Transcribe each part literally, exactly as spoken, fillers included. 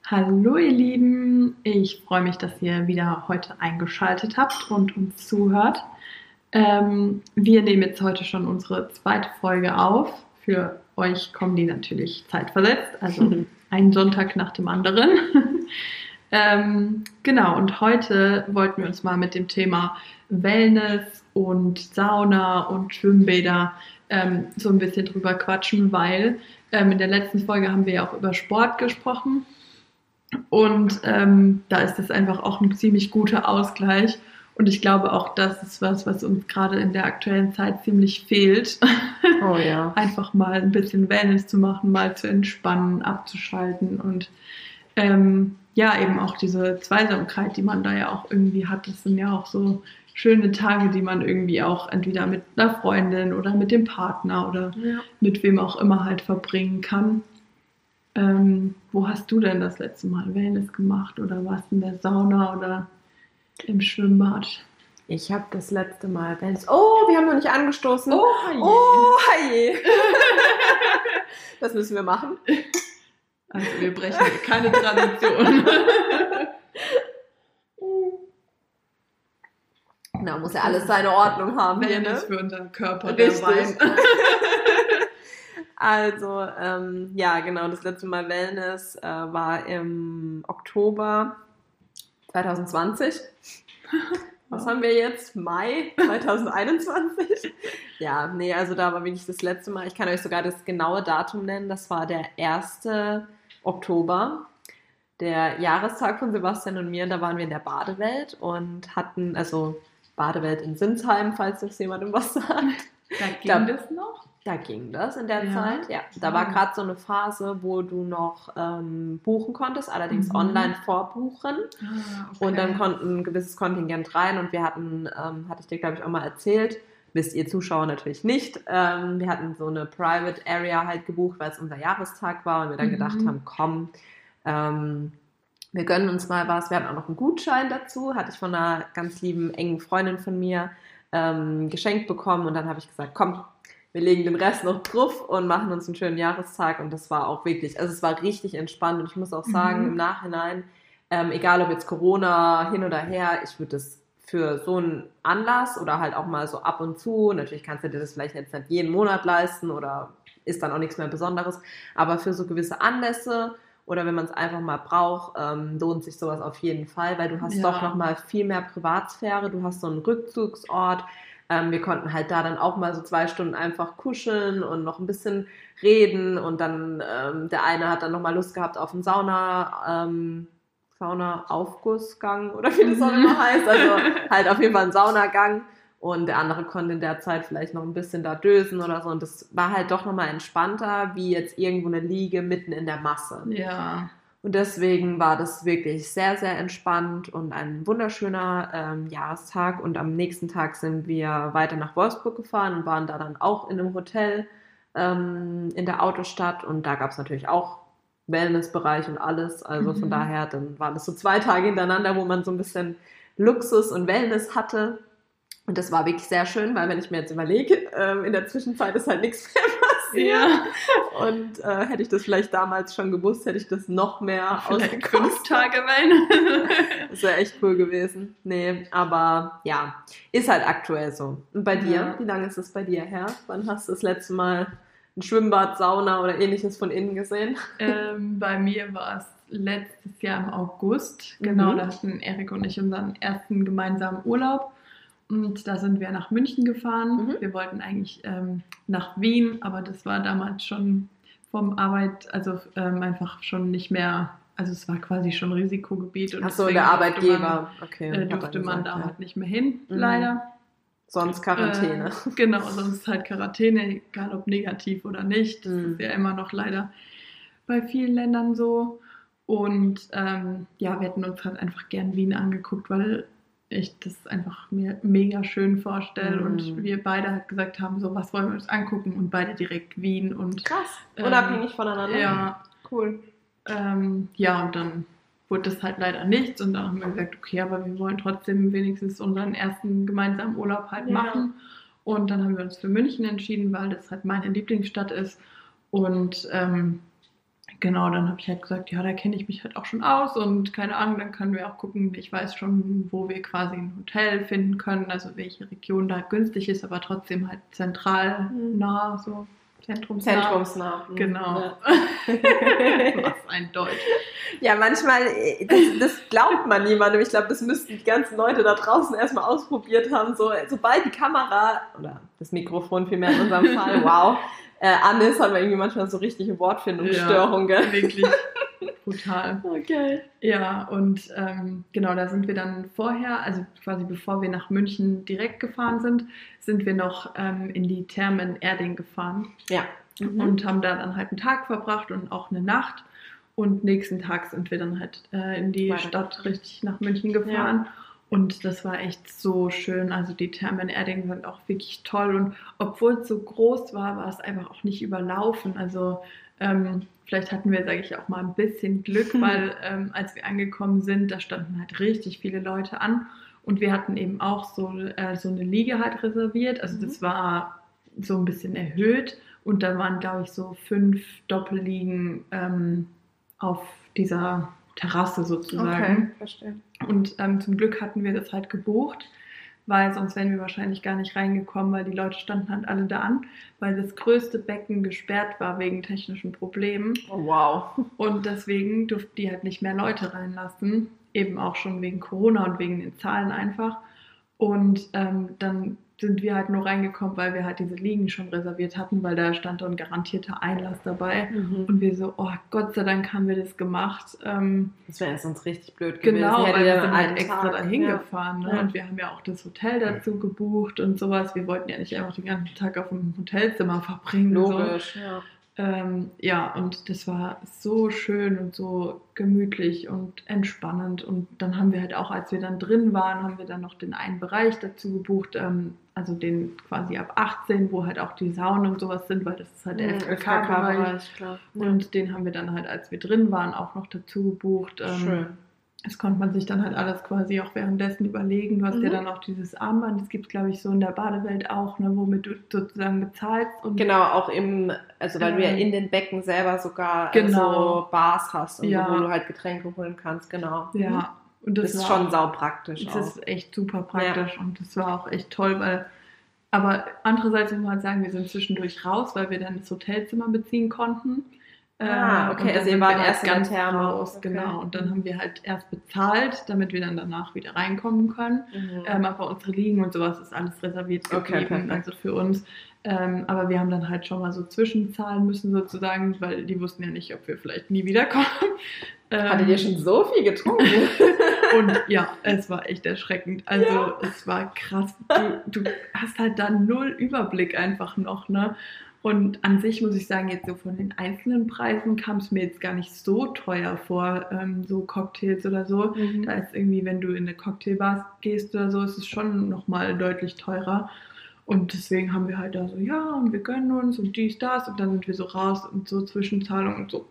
Hallo ihr Lieben, ich freue mich, dass ihr wieder heute eingeschaltet habt und uns zuhört. Ähm, wir nehmen jetzt heute schon unsere zweite Folge auf. Für euch kommen die natürlich zeitversetzt, also einen Sonntag nach dem anderen. ähm, genau, und heute wollten wir uns mal mit dem Thema Wellness und Sauna und Schwimmbäder ähm, so ein bisschen drüber quatschen, weil ähm, in der letzten Folge haben wir ja auch über Sport gesprochen. Und ähm, da ist das einfach auch ein ziemlich guter Ausgleich. Und ich glaube auch, das ist was, was uns gerade in der aktuellen Zeit ziemlich fehlt. Oh ja. Einfach mal ein bisschen Wellness zu machen, mal zu entspannen, abzuschalten und ähm, ja, eben auch diese Zweisamkeit, die man da ja auch irgendwie hat. Das sind ja auch so schöne Tage, die man irgendwie auch entweder mit einer Freundin oder mit dem Partner oder Ja. mit wem auch immer halt verbringen kann. Ähm, wo hast du denn das letzte Mal Wellness gemacht oder warst du in der Sauna oder im Schwimmbad? Ich habe das letzte Mal Wellness. Oh, wir haben noch nicht angestoßen. Oh, je. Oh, je. Das müssen wir machen. Also wir brechen hier keine Tradition. Na, muss ja alles seine Ordnung haben hier, ne? Wellness für unseren Körper, der Richtig. Wein. Also, ähm, ja, genau, das letzte Mal Wellness äh, war im Oktober zwanzig zwanzig. Was haben wir jetzt? Mai zwanzig einundzwanzig? Ja, nee, also da war wirklich das letzte Mal. Ich kann euch sogar das genaue Datum nennen. Das war der erste Oktober, der Jahrestag von Sebastian und mir. Da waren wir in der Badewelt und hatten, also Badewelt in Sinsheim, falls das jemandem was sagt. Da ging Da- das noch? Da ging das in der Ja. Zeit, ja. Da war gerade so eine Phase, wo du noch ähm, buchen konntest, allerdings Mhm. online vorbuchen. Ah, okay. Und dann konnten ein gewisses Kontingent rein und wir hatten, ähm, hatte ich dir glaube ich auch mal erzählt, wisst ihr Zuschauer natürlich nicht, ähm, wir hatten so eine Private Area halt gebucht, weil es unser Jahrestag war und wir dann Mhm. gedacht haben, komm, ähm, wir gönnen uns mal was. Wir hatten auch noch einen Gutschein dazu, hatte ich von einer ganz lieben, engen Freundin von mir ähm, geschenkt bekommen und dann habe ich gesagt, komm, wir legen den Rest noch drauf und machen uns einen schönen Jahrestag und das war auch wirklich, also es war richtig entspannt und ich muss auch sagen, Mhm. im Nachhinein, ähm, egal ob jetzt Corona hin oder her, ich würde das für so einen Anlass oder halt auch mal so ab und zu, natürlich kannst du dir das vielleicht jetzt nicht jeden Monat leisten oder ist dann auch nichts mehr Besonderes, aber für so gewisse Anlässe oder wenn man es einfach mal braucht, ähm, lohnt sich sowas auf jeden Fall, weil du hast Ja. doch nochmal viel mehr Privatsphäre, du hast so einen Rückzugsort. Ähm, wir konnten halt da dann auch mal so zwei Stunden einfach kuscheln und noch ein bisschen reden und dann ähm, der eine hat dann nochmal Lust gehabt auf einen Sauna, ähm, Sauna-Aufgussgang oder wie das auch Mhm. immer heißt, also halt auf jeden Fall einen Saunagang und der andere konnte in der Zeit vielleicht noch ein bisschen da dösen oder so und das war halt doch nochmal entspannter, wie jetzt irgendwo eine Liege mitten in der Masse. Ja. Und deswegen war das wirklich sehr, sehr entspannt und ein wunderschöner ähm, Jahrestag. Und am nächsten Tag sind wir weiter nach Wolfsburg gefahren und waren da dann auch in einem Hotel ähm, in der Autostadt. Und da gab es natürlich auch Wellnessbereich und alles. Also von Mhm. daher, dann waren das so zwei Tage hintereinander, wo man so ein bisschen Luxus und Wellness hatte. Und das war wirklich sehr schön, weil wenn ich mir jetzt überlege, ähm, in der Zwischenzeit ist halt nichts mehr passiert. Ja. Und äh, hätte ich das vielleicht damals schon gewusst, hätte ich das noch mehr Vielleicht ausgekostet. fünf Tage Wellness. Das wäre echt cool gewesen. Nee, aber ja, ist halt aktuell so. Und bei dir? Ja. Wie lange ist es bei dir her? Wann hast du das letzte Mal ein Schwimmbad, Sauna oder ähnliches von innen gesehen? Ähm, bei mir war es letztes Jahr im August. Genau, Mhm. da hatten Erik und ich unseren ersten gemeinsamen Urlaub. Und da sind wir nach München gefahren. Mhm. Wir wollten eigentlich ähm, nach Wien, aber das war damals schon vom Arbeit, also ähm, einfach schon nicht mehr, also es war quasi schon Risikogebiet. Und Ach so, deswegen der durfte Arbeitgeber. Okay. Man, äh, hat er durfte man gesagt, da ja. halt nicht mehr hin, Mhm. leider. Sonst Quarantäne. Äh, genau, sonst halt Quarantäne, egal ob negativ oder nicht. Das Mhm. ist ja immer noch leider bei vielen Ländern so. Und ähm, ja, wir hätten uns halt einfach gern Wien angeguckt, weil ich das einfach mir mega schön vorstelle. Mhm. Und wir beide halt gesagt haben, so was wollen wir uns angucken und beide direkt Wien. Und Krass. Ähm, Unabhängig voneinander. ja, Cool. ähm, ja, und dann wurde das halt leider nichts. Und dann haben wir gesagt, okay, aber wir wollen trotzdem wenigstens unseren ersten gemeinsamen Urlaub halt Ja. machen. Und dann haben wir uns für München entschieden, weil das halt meine Lieblingsstadt ist. Und ähm, genau, dann habe ich halt gesagt, ja, da kenne ich mich halt auch schon aus und keine Ahnung, dann können wir auch gucken, ich weiß schon, wo wir quasi ein Hotel finden können, also welche Region da günstig ist, aber trotzdem halt zentral Mhm. nah, so zentrumsnah. Zentrumsnah. Mhm. Genau. Ja. Was ein Deutsch. Ja, manchmal, äh, das, das glaubt man niemandem. Ich glaube, das müssten die ganzen Leute da draußen erstmal ausprobiert haben. So, sobald die Kamera, oder das Mikrofon vielmehr in unserem Fall, wow, äh, an ist, haben wir irgendwie manchmal so richtige Wortfindungsstörungen. Ja, gell? wirklich brutal. Okay. Ja, und ähm, genau, da sind wir dann vorher, also quasi bevor wir nach München direkt gefahren sind, sind wir noch ähm, in die Thermen Erding gefahren. Ja. Mhm. Und haben da dann halt einen Tag verbracht und auch eine Nacht. Und nächsten Tag sind wir dann halt äh, in die Weiter. Stadt richtig nach München gefahren. Ja. Und das war echt so schön. Also die Thermen Erding sind auch wirklich toll. Und obwohl es so groß war, war es einfach auch nicht überlaufen. Also ähm, vielleicht hatten wir, sage ich auch mal, ein bisschen Glück, hm. weil ähm, als wir angekommen sind, da standen halt richtig viele Leute an. Und wir hatten eben auch so, äh, so eine Liege halt reserviert. Also das war so ein bisschen erhöht. Und da waren, glaube ich, so fünf Doppelliegen ähm, auf dieser Terrasse sozusagen. Okay, verstehe. Und ähm, zum Glück hatten wir das halt gebucht, weil sonst wären wir wahrscheinlich gar nicht reingekommen, weil die Leute standen halt alle da an, weil das größte Becken gesperrt war wegen technischen Problemen. Oh, wow. Und deswegen durften die halt nicht mehr Leute reinlassen, eben auch schon wegen Corona und wegen den Zahlen einfach. Und ähm, dann sind wir halt nur reingekommen, weil wir halt diese Liegen schon reserviert hatten, weil da stand dann garantierter Einlass dabei. Mhm. Und wir so, oh Gott sei Dank haben wir das gemacht. Ähm, das wäre sonst richtig blöd gewesen. Genau, Hätte weil wir dann sind einen halt extra Tag, dahin ja. gefahren. Ne? Ja. Und wir haben ja auch das Hotel dazu gebucht und sowas. Wir wollten ja nicht einfach den ganzen Tag auf dem Hotelzimmer verbringen. Logisch, so. ja. Ähm, ja, und das war so schön und so gemütlich und entspannend. Und dann haben wir halt auch, als wir dann drin waren, haben wir dann noch den einen Bereich dazu gebucht, ähm, also den quasi ab achtzehn, wo halt auch die Saunen und sowas sind, weil das ist halt der F K K-Bereich. Klar. Und ja. Den haben wir dann halt, als wir drin waren, auch noch dazu gebucht. Ähm, schön. Das konnte man sich dann halt alles quasi auch währenddessen überlegen. Du hast mhm. ja dann auch dieses Armband, das gibt es, glaube ich, so in der Badewelt auch, ne, womit du sozusagen bezahlst. Und genau, auch im, also weil äh, du ja in den Becken selber sogar genau. so Bars hast und ja. so, wo du halt Getränke holen kannst, genau. Ja, mhm. und das, das ist war, schon saupraktisch. Das auch. ist echt super praktisch ja. und das war auch echt toll, weil, aber andererseits muss man halt sagen, wir sind zwischendurch raus, weil wir dann das Hotelzimmer beziehen konnten. Ah, okay, also ihr wart halt erst ganz in der Therme. raus, okay. genau. Und dann haben wir halt erst bezahlt, damit wir dann danach wieder reinkommen können. Mhm. Ähm, aber unsere Liegen und sowas ist alles reserviert geblieben, okay, also für uns. Ähm, aber wir haben dann halt schon mal so zwischenzahlen müssen sozusagen, weil die wussten ja nicht, ob wir vielleicht nie wiederkommen. Ähm, Hattet ihr schon so viel getrunken? Und ja, es war echt erschreckend. Also ja. es war krass. Du, du hast halt da null Überblick einfach noch, ne? Und an sich muss ich sagen, jetzt so von den einzelnen Preisen kam es mir jetzt gar nicht so teuer vor, ähm, so Cocktails oder so. Mhm. Da ist irgendwie, wenn du in eine Cocktailbar gehst oder so, ist es schon nochmal deutlich teurer. Und deswegen haben wir halt da so, ja, und wir gönnen uns und dies, das. Und dann sind wir so raus und so Zwischenzahlung und so,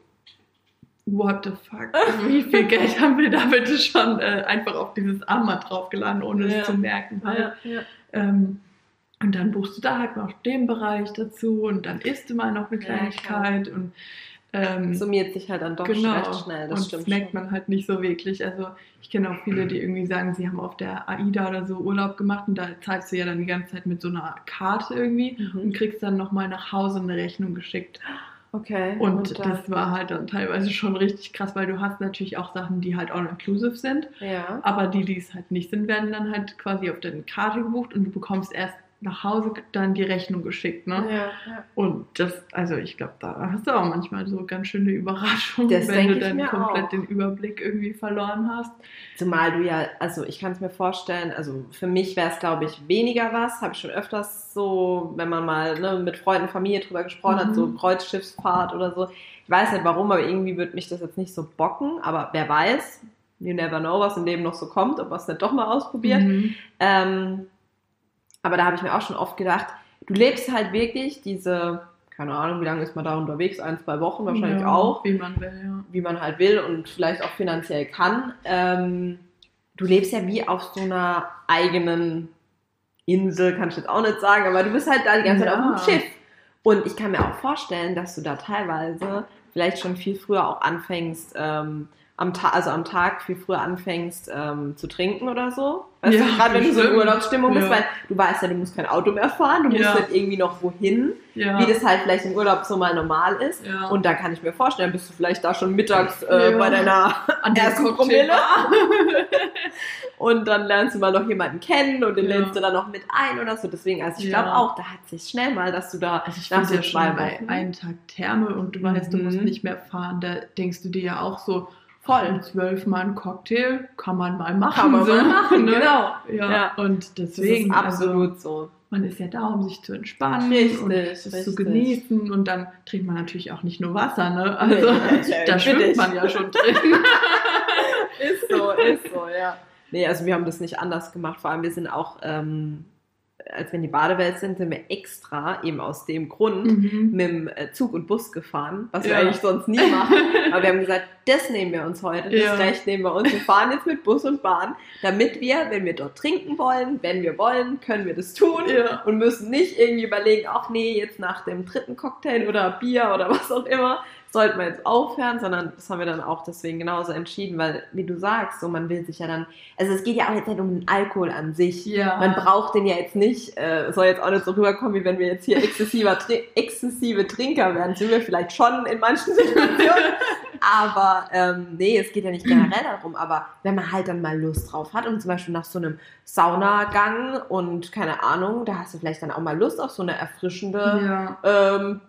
what the fuck? Wie viel Geld haben wir da bitte schon äh, einfach auf dieses Armband draufgeladen, ohne ja. es zu merken. Halt. Ja, ja. Ähm, Und dann buchst du da halt noch den Bereich dazu und dann isst du mal noch eine Kleinigkeit. Ja, und ähm, summiert sich halt dann doch genau, recht schnell, das und stimmt das merkt schon. man halt nicht so wirklich. Also ich kenne auch viele, die irgendwie sagen, sie haben auf der AIDA oder so Urlaub gemacht und da zahlst du ja dann die ganze Zeit mit so einer Karte irgendwie mhm. und kriegst dann nochmal nach Hause eine Rechnung geschickt. Okay. Und, und das war halt dann teilweise schon richtig krass, weil du hast natürlich auch Sachen, die halt all-inclusive sind. Ja. Aber die, die es halt nicht sind, werden dann halt quasi auf deine Karte gebucht und du bekommst erst nach Hause dann die Rechnung geschickt, ne? Ja, ja. Und das, also ich glaube, da hast du auch manchmal so ganz schöne Überraschungen, das wenn du dann komplett auch. den Überblick irgendwie verloren hast. Zumal du ja, also ich kann es mir vorstellen, also für mich wäre es, glaube ich, weniger was, habe ich schon öfters so, wenn man mal ne, mit Freunden, Familie drüber gesprochen mhm. hat, so Kreuzschiffsfahrt oder so. Ich weiß nicht warum, aber irgendwie würde mich das jetzt nicht so bocken, aber wer weiß, you never know, was im Leben noch so kommt, ob man es nicht doch mal ausprobiert. Mhm. Ähm, Aber da habe ich mir auch schon oft gedacht, du lebst halt wirklich diese, keine Ahnung, wie lange ist man da unterwegs, ein, zwei Wochen wahrscheinlich ja, auch. Wie man will, ja. Wie man halt will und vielleicht auch finanziell kann. Ähm, du lebst ja wie auf so einer eigenen Insel, kann ich jetzt auch nicht sagen, aber du bist halt da die ganze ja. Zeit auf dem Schiff. Und ich kann mir auch vorstellen, dass du da teilweise vielleicht schon viel früher auch anfängst, ähm, am Tag, also am Tag viel früher anfängst ähm, zu trinken oder so. Weißt Ja, du, gerade wenn du so in bestimmt. Urlaubsstimmung bist, Ja. weil du weißt ja, du musst kein Auto mehr fahren, du musst Ja. halt irgendwie noch wohin, Ja. wie das halt vielleicht im Urlaub so mal normal ist. Ja. Und da kann ich mir vorstellen, bist du vielleicht da schon mittags äh, Ja. bei deiner An der ersten Cocktailbar. Promille. Und dann lernst du mal noch jemanden kennen und den Ja. lädst du dann noch mit ein oder so. Deswegen, also ich Ja. glaube auch, da hat sich schnell mal, dass du da Also ich nach finde so ja zwei schon bei Wochen... einem Tag Therme und du weißt, du musst Mhm. nicht mehr fahren, da denkst du dir ja auch so, Voll. um zwölf Mal einen Cocktail kann man mal machen. Kann man so, mal machen, ne? genau. Ja. Ja. Und Das deswegen, ist absolut also, so. man ist ja da, um sich zu entspannen Richtig, und es zu richtig. genießen und dann trinkt man natürlich auch nicht nur Wasser, ne? Also Nee, da bitte schwimmt ich. man ja schon drin. Ist so, ist so, ja. Nee, also wir haben das nicht anders gemacht. Vor allem, wir sind auch, ähm, als wir in die Badewelt sind, sind wir extra eben aus dem Grund Mhm. mit dem äh, Zug und Bus gefahren, was wir Ja. eigentlich sonst nie machen. Aber wir haben gesagt, das nehmen wir uns heute, das Ja. Recht nehmen wir uns. Wir fahren jetzt mit Bus und Bahn, damit wir, wenn wir dort trinken wollen, wenn wir wollen, können wir das tun Ja. und müssen nicht irgendwie überlegen, ach nee, jetzt nach dem dritten Cocktail oder Bier oder was auch immer, sollten wir jetzt aufhören, sondern das haben wir dann auch deswegen genauso entschieden, weil, wie du sagst, so man will sich ja dann, also es geht ja auch jetzt nicht um den Alkohol an sich. Ja. Man braucht den ja jetzt nicht, äh, soll jetzt auch nicht so rüberkommen, wie wenn wir jetzt hier exzessiver, Tr- exzessive Trinker werden, sind wir vielleicht schon in manchen Situationen, aber ähm, nee, es geht ja nicht generell darum, aber wenn man halt dann mal Lust drauf hat und zum Beispiel nach so einem Saunagang und keine Ahnung, da hast du vielleicht dann auch mal Lust auf so eine erfrischende Ja. ähm,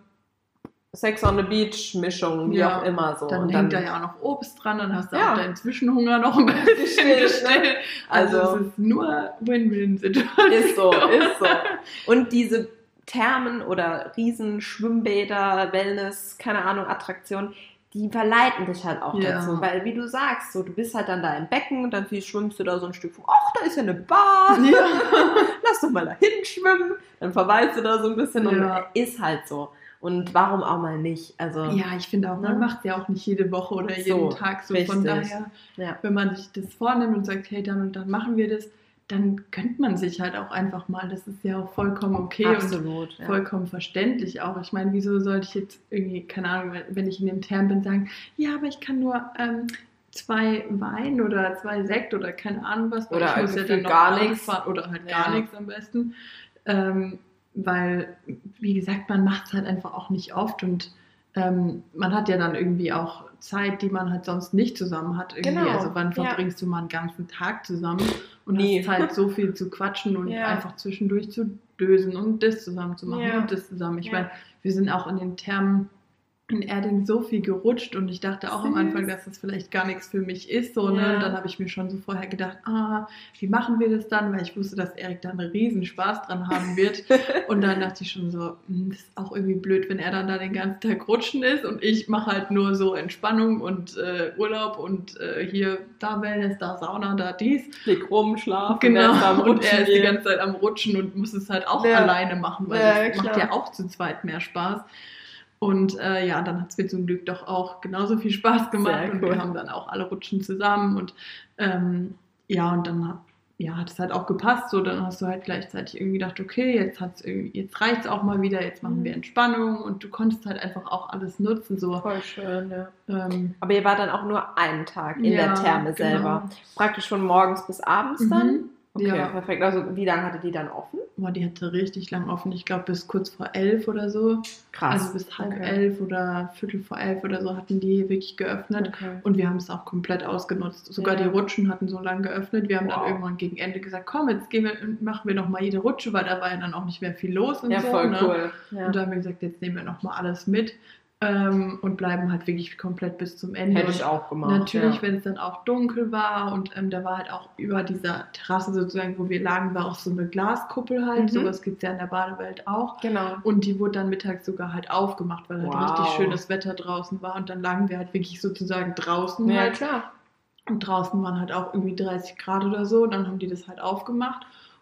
Sex on the Beach Mischung, wie Ja, auch immer so. Dann und hängt dann, da ja auch noch Obst dran, dann hast du Ja. auch deinen Zwischenhunger noch ein bisschen Gestillt, gestillt. ne? Also, Also- es ist nur Win-Win-Situation. ist so, ist so. Und diese Thermen oder Riesenschwimmbäder, Wellness, keine Ahnung, Attraktionen, die verleiten dich halt auch Ja. dazu. Weil, wie du sagst, so, du bist halt dann da im Becken und dann schwimmst du da so ein Stück, ach, da ist ja eine Bar, Ja. lass doch mal da hinschwimmen. Dann verweilst du da so ein bisschen und Ja. ist halt so. Und warum auch mal nicht? Also, Ja, ich finde auch, man Ne? macht es ja auch nicht jede Woche oder So, jeden Tag so. Von richtig. daher, ja. wenn man sich das vornimmt und sagt, hey, dann und dann machen wir das, dann gönnt man sich halt auch einfach mal. Das ist ja auch vollkommen okay und Absolut. Ja. vollkommen verständlich auch. Ich meine, wieso sollte ich jetzt irgendwie, keine Ahnung, wenn ich in dem Term bin, sagen, ja, aber ich kann nur ähm, zwei Wein oder zwei Sekt oder keine Ahnung was, weil Oder ich muss ja gefühlt dann noch gar Auto nichts. fahren oder halt Ja. gar nichts am besten. Ähm, weil, wie gesagt, man macht es halt einfach auch nicht oft und ähm, man hat ja dann irgendwie auch Zeit, die man halt sonst nicht zusammen hat. Irgendwie. Genau, Also wann ja. verbringst du mal einen ganzen Tag zusammen und Nie. hast Zeit, so viel zu quatschen und Ja. einfach zwischendurch zu dösen und das zusammen zu machen Ja. und das zusammen. Ich Ja. meine, wir sind auch in den Thermen in Erding so viel gerutscht und ich dachte auch am Süß. Anfang, dass das vielleicht gar nichts für mich ist. So, ne? Ja. Und dann habe ich mir schon so vorher gedacht, ah, wie machen wir das dann? Weil ich wusste, dass Erik da einen riesen Spaß dran haben wird. Und dann dachte ich schon so, hm, das ist auch irgendwie blöd, wenn er dann da den ganzen Tag rutschen ist und ich mache halt nur so Entspannung und äh, Urlaub und äh, hier da Wellness, da Sauna, da dies. Flieg rum, schlafen, Genau, der ist am und er ist die Rutschen ganze Zeit am Rutschen und muss es halt auch Ja. alleine machen, weil Ja, das macht klar. ja auch zu zweit mehr Spaß. Und äh, ja, dann hat es mir zum Glück doch auch genauso viel Spaß gemacht Sehr und cool. wir haben dann auch alle Rutschen zusammen und ähm, ja, und dann hat ja, hat es halt auch gepasst, so dann hast du halt gleichzeitig irgendwie gedacht, okay, jetzt hat's irgendwie, jetzt reicht's auch mal wieder, jetzt machen Mhm. wir Entspannung und du konntest halt einfach auch alles nutzen, so Voll schön, ja. ähm, Aber ihr wart dann auch nur einen Tag in ja, der Therme selber. genau. Praktisch von morgens bis abends dann? Mhm. Okay, Ja. perfekt. Also wie lange hatte die dann offen? Boah, die hatte richtig lang offen, ich glaube bis kurz vor elf oder so. Krass. Also bis halb Okay. elf oder viertel vor elf oder so hatten die wirklich geöffnet. Okay. Und wir haben es auch komplett ausgenutzt. Sogar Ja. die Rutschen hatten so lange geöffnet. Wir haben Wow. dann irgendwann gegen Ende gesagt, komm, jetzt gehen wir, machen wir noch mal jede Rutsche, weil da war ja dann auch nicht mehr viel los und Ja, so. voll ne? cool. Ja. Und da haben wir gesagt, jetzt nehmen wir noch mal alles mit ähm, und bleiben halt wirklich komplett bis zum Ende. Hätte und ich auch gemacht. Natürlich, ja. wenn es dann auch dunkel war und ähm, da war halt auch über dieser Terrasse sozusagen, wo wir lagen, war auch so eine Glaskuppel halt. Mhm. Sowas gibt es ja in der Badewelt auch. Genau. Und die wurde dann mittags sogar halt aufgemacht, weil halt Wow. richtig schönes Wetter draußen war. Und dann lagen wir halt wirklich sozusagen draußen Ja, halt. klar. Und draußen waren halt auch irgendwie dreißig Grad oder so. Dann haben die das halt aufgemacht.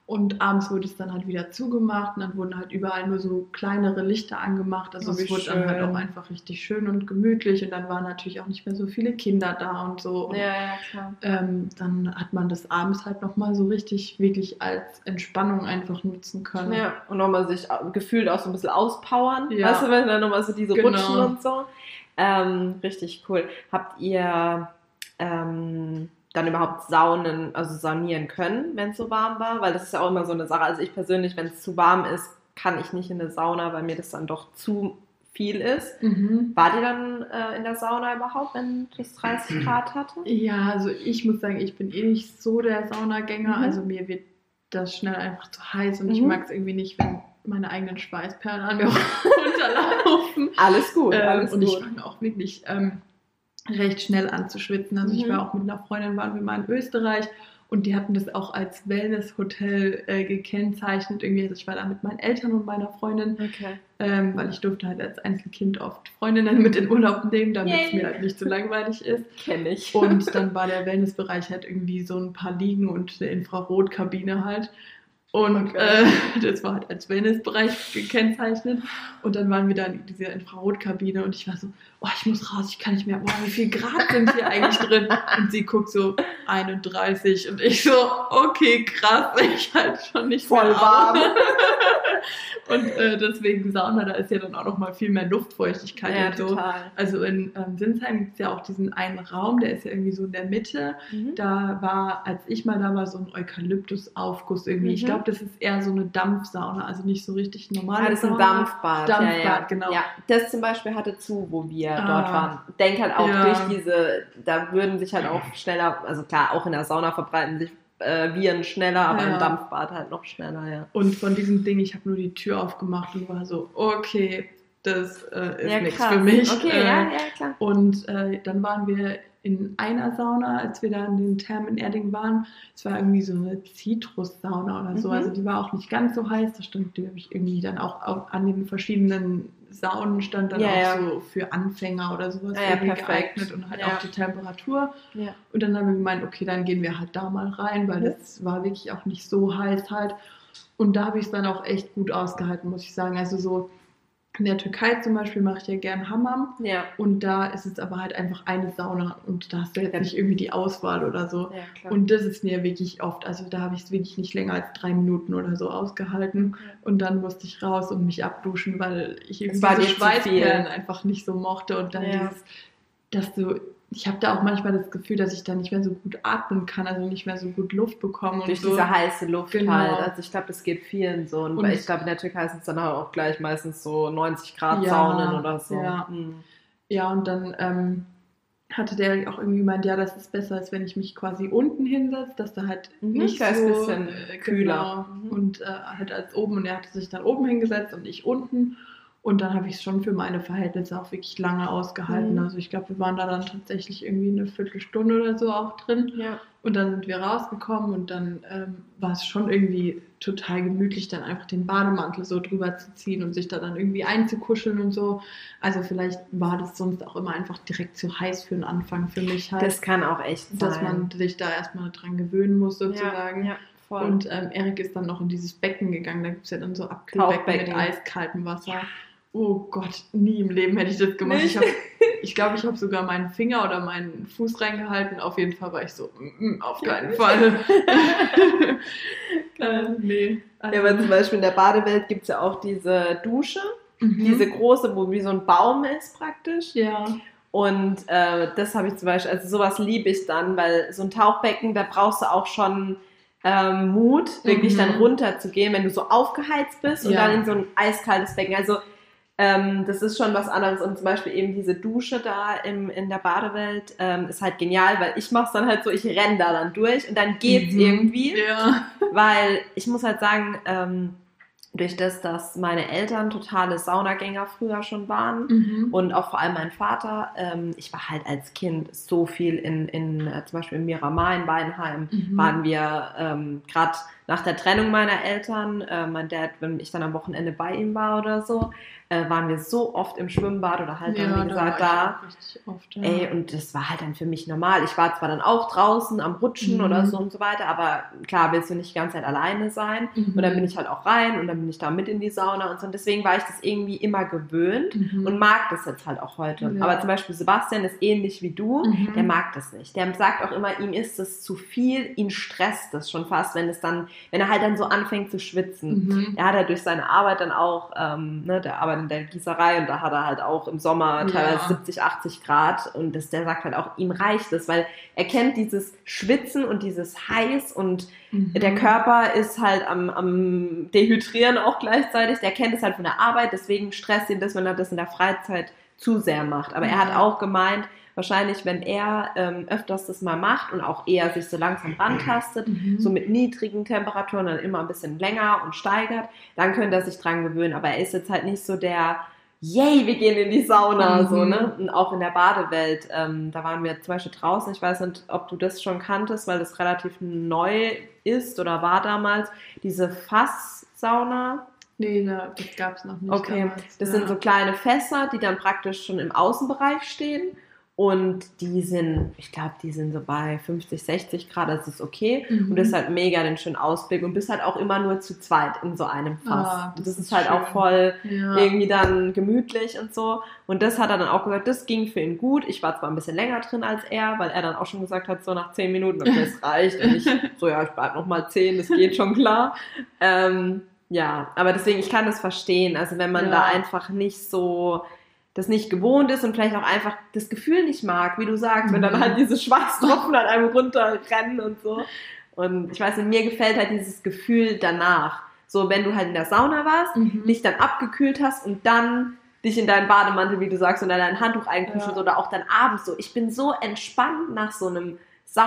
Und abends wurde es dann halt wieder zugemacht und dann wurden halt überall nur so kleinere Lichter angemacht. Also Oh, es wie wurde dann halt schön. auch einfach richtig schön und gemütlich und dann waren natürlich auch nicht mehr so viele Kinder da und so. Und Ja, ja, klar. ähm, dann hat man das abends halt nochmal so richtig, wirklich als Entspannung einfach nutzen können. Ja, und nochmal sich au- gefühlt auch so ein bisschen auspowern. Ja. Weißt du, wenn dann nochmal so diese Genau. Rutschen und so. Ähm, richtig cool. Habt ihr ähm, dann überhaupt Saunen, also saunieren können, wenn es so warm war? Weil das ist ja auch immer so eine Sache. Also ich persönlich, wenn es zu warm ist, kann ich nicht in eine Sauna, weil mir das dann doch zu viel ist. Mhm. Wart ihr dann äh, in der Sauna überhaupt, wenn es dreißig Grad hatte? Ja, also ich muss sagen, ich bin eh nicht so der Saunagänger. Mhm. Also mir wird das schnell einfach zu heiß und ich Mhm. mag es irgendwie nicht, wenn meine eigenen Schweißperlen an mir runterlaufen. Alles gut, Ähm, alles und ich gut. fange auch wirklich ähm, recht schnell an zu schwitzen. Also ich Mhm. war auch mit einer Freundin, waren wir mal in Österreich und die hatten das auch als Wellness-Hotel äh, gekennzeichnet. Irgendwie, also ich war da mit meinen Eltern und meiner Freundin, Okay. ähm, weil ich durfte halt als Einzelkind oft Freundinnen mit in Urlaub nehmen, damit es Yay. mir halt nicht so langweilig ist. Kenne ich. Und dann war der Wellnessbereich halt irgendwie so ein paar Liegen und eine Infrarotkabine halt. Und Okay. äh, das war halt als Wellnessbereich gekennzeichnet. Und dann waren wir da in dieser Infrarotkabine und ich war so, oh, ich muss raus, ich kann nicht mehr. Boah, wie viel Grad sind hier eigentlich drin? Und sie guckt so einunddreißig und ich so, okay, krass, ich halt schon nicht Voll mehr warm. aus. Und äh, deswegen Sauna, da ist ja dann auch noch mal viel mehr Luftfeuchtigkeit Ja, und so. total. Also in ähm, Sinsheim gibt es ja auch diesen einen Raum, der ist ja irgendwie so in der Mitte. Mhm. Da war, als ich mal da war, so ein Eukalyptusaufguss irgendwie. Ich Mhm. glaube, das ist eher so eine Dampfsauna, also nicht so richtig normale Ah, das ist ein Sauna. Dampfbad. Dampfbad, ja, ja. genau. Ja, das zum Beispiel hatte zu, wo wir Ah. dort waren. Denk halt auch Ja. durch diese, da würden sich halt auch schneller, also klar, auch in der Sauna verbreiten sich äh, Viren schneller, aber Ja. im Dampfbad halt noch schneller, ja. Und von diesem Ding, ich habe nur die Tür aufgemacht und war so, okay, das äh, ist ja, nichts krass. für mich. Okay, äh, ja, ja, klar. Und äh, dann waren wir in einer Sauna, als wir da in den Thermen in Erding waren. Es war irgendwie so eine Zitrussauna oder so. Mhm. Also die war auch nicht ganz so heiß. Da stand, glaube ich, irgendwie dann auch, auch an den verschiedenen Saunen stand dann Ja, auch ja. so für Anfänger oder sowas Ah ja, irgendwie perfekt. geeignet und halt Ja. auch die Temperatur. Ja. Und dann haben wir gemeint, okay, dann gehen wir halt da mal rein, weil Mhm. das war wirklich auch nicht so heiß halt. Und da habe ich es dann auch echt gut ausgehalten, muss ich sagen. Also so in der Türkei zum Beispiel mache ich ja gern Hammam. Ja, Und da ist es aber halt einfach eine Sauna und da hast du jetzt Ja. nicht irgendwie die Auswahl oder so. ja, klar. Und das ist mir wirklich oft, also da habe ich es wirklich nicht länger als drei Minuten oder so ausgehalten. Und dann musste ich raus und mich abduschen, weil ich irgendwie war diese dir zu Schweißperlen viel. einfach nicht so mochte. Und dann Ja. dieses, dass du, ich habe da auch manchmal das Gefühl, dass ich da nicht mehr so gut atmen kann, also nicht mehr so gut Luft bekomme. Durch und so. diese heiße Luft Genau. halt. Also ich glaube, das geht vielen so. Und, Und- weil ich glaube, in der Türkei sind es dann auch gleich meistens so neunzig Grad Ja, Saunen oder so. ja. Mhm. Ja, und dann ähm, hatte der auch irgendwie gemeint, ja, das ist besser, als wenn ich mich quasi unten hinsetze, dass da halt Mhm, nicht da ist so ein bisschen äh, kühler. Genau, Mhm. und äh, halt als oben und er hatte sich dann oben hingesetzt und ich unten und dann habe ich es schon für meine Verhältnisse auch wirklich lange ausgehalten. Mhm. Also ich glaube, wir waren da dann tatsächlich irgendwie eine Viertelstunde oder so auch drin Ja. und dann sind wir rausgekommen und dann ähm, war es schon irgendwie total gemütlich, dann einfach den Bademantel so drüber zu ziehen und sich da dann irgendwie einzukuscheln und so. Also vielleicht war das sonst auch immer einfach direkt zu heiß für den Anfang für mich halt, Das kann auch echt sein. dass man sich da erstmal dran gewöhnen muss sozusagen. Ja, ja, voll. Und ähm, Erik ist dann noch in dieses Becken gegangen, da gibt es ja dann so Abkühlbecken mit Tauchbecken. eiskaltem Wasser. Oh Gott, nie im Leben hätte ich das gemacht. Nicht? Ich glaube, ich, glaub, ich habe sogar meinen Finger oder meinen Fuß reingehalten. Auf jeden Fall war ich so, mm, mm, auf keinen Fall. äh, nee. Also, Ja, aber zum Beispiel in der Badewelt gibt es ja auch diese Dusche, mhm. diese große, wo wie so ein Baum ist praktisch. Ja. Und äh, das habe ich zum Beispiel, also sowas liebe ich dann, weil so ein Tauchbecken, da brauchst du auch schon ähm, Mut, wirklich Mhm. dann runter zu gehen, wenn du so aufgeheizt bist und Ja. dann in so ein eiskaltes Becken. Also ähm, das ist schon was anderes. Und zum Beispiel eben diese Dusche da im, in der Badewelt ähm, ist halt genial, weil ich mache es dann halt so, ich renne da dann durch und dann geht's Mhm. irgendwie. Ja. Weil ich muss halt sagen, ähm, durch das, dass meine Eltern totale Saunagänger früher schon waren Mhm. und auch vor allem mein Vater, ähm, ich war halt als Kind so viel in, in äh, zum Beispiel in Miramar in Weinheim, Mhm. waren wir ähm, gerade nach der Trennung meiner Eltern, äh, mein Dad, wenn ich dann am Wochenende bei ihm war oder so, äh, waren wir so oft im Schwimmbad oder halt dann, Ja, wie da gesagt, war ich da. auch richtig oft. Ja. Ey, und das war halt dann für mich normal. Ich war zwar dann auch draußen am Rutschen Mhm. oder so und so weiter, aber klar willst du nicht die ganze Zeit alleine sein. Mhm. Und dann bin ich halt auch rein und dann bin ich da mit in die Sauna und so. Und deswegen war ich das irgendwie immer gewöhnt Mhm. und mag das jetzt halt auch heute. Ja. Aber zum Beispiel Sebastian ist ähnlich wie du, Mhm. der mag das nicht. Der sagt auch immer, ihm ist das zu viel, ihn stresst das schon fast, wenn es dann, wenn er halt dann so anfängt zu schwitzen. Mhm. Er hat halt durch seine Arbeit dann auch, ähm, ne, der arbeitet in der Gießerei und da hat er halt auch im Sommer teilweise Ja. siebzig, achtzig Grad und das, der sagt halt auch, ihm reicht es, weil er kennt dieses Schwitzen und dieses Heiß und Mhm. der Körper ist halt am, am Dehydrieren auch gleichzeitig, der kennt es halt von der Arbeit, deswegen stresst ihn das, wenn er das in der Freizeit zu sehr macht. Aber er hat Ja. auch gemeint, wahrscheinlich, wenn er ähm, öfters das mal macht und auch eher sich so langsam rantastet, Mhm. so mit niedrigen Temperaturen dann immer ein bisschen länger und steigert, dann könnte er sich dran gewöhnen. Aber er ist jetzt halt nicht so der, yay, wir gehen in die Sauna, Mhm. so, ne? Und auch in der Badewelt, ähm, da waren wir zum Beispiel draußen, ich weiß nicht, ob du das schon kanntest, weil das relativ neu ist oder war damals, diese Fasssauna. Nee, da- das gab es noch nicht. Okay, damals. das Ja. sind so kleine Fässer, die dann praktisch schon im Außenbereich stehen und die sind, ich glaube, die sind so bei fünfzig, sechzig Grad, das ist okay Mhm. und das ist halt mega den schönen Ausblick und bist halt auch immer nur zu zweit in so einem Fass. Ah, das, das das ist, ist halt auch schön. voll Ja. irgendwie dann gemütlich und so und das hat er dann auch gesagt, das ging für ihn gut. Ich war zwar ein bisschen länger drin als er, weil er dann auch schon gesagt hat, so nach zehn Minuten, okay, es reicht und ich so, ja, ich bleib noch mal zehn, das geht schon klar. Ähm, Ja, aber deswegen, ich kann das verstehen. Also wenn man Ja. da einfach nicht so, das nicht gewohnt ist und vielleicht auch einfach das Gefühl nicht mag, wie du sagst, wenn dann Mhm. halt diese Schweißtropfen an einem runterrennen und so. Und ich weiß nicht, mir gefällt halt dieses Gefühl danach. So, wenn du halt in der Sauna warst, Mhm. dich dann abgekühlt hast und dann dich in deinen Bademantel, wie du sagst, und dann dein Handtuch einkuschelst Ja. oder auch dann abends so. Ich bin so entspannt nach so einem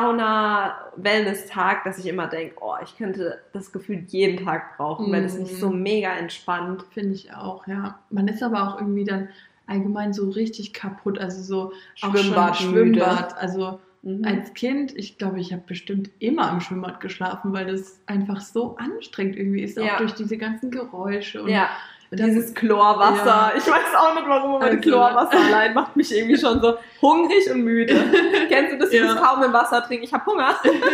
Sauna-Wellness-Tag, dass ich immer denke, oh, ich könnte das Gefühl jeden Tag brauchen, weil das mich so mega entspannt. Finde ich auch, ja. Man ist aber auch irgendwie dann allgemein so richtig kaputt. Also so auch Schwimmbad schon müde. Schwimmbad. Also Mhm. als Kind, ich glaube, ich habe bestimmt immer im Schwimmbad geschlafen, weil das einfach so anstrengend irgendwie ist, Ja. auch durch diese ganzen Geräusche. Und Ja, dann- dieses Chlorwasser. Ja. Ich weiß auch nicht warum, aber Also- Chlorwasser allein macht mich irgendwie schon so hungrig und müde. Kennst du das? Ich Ja. muss kaum im Wasser trinken, ich habe Hunger.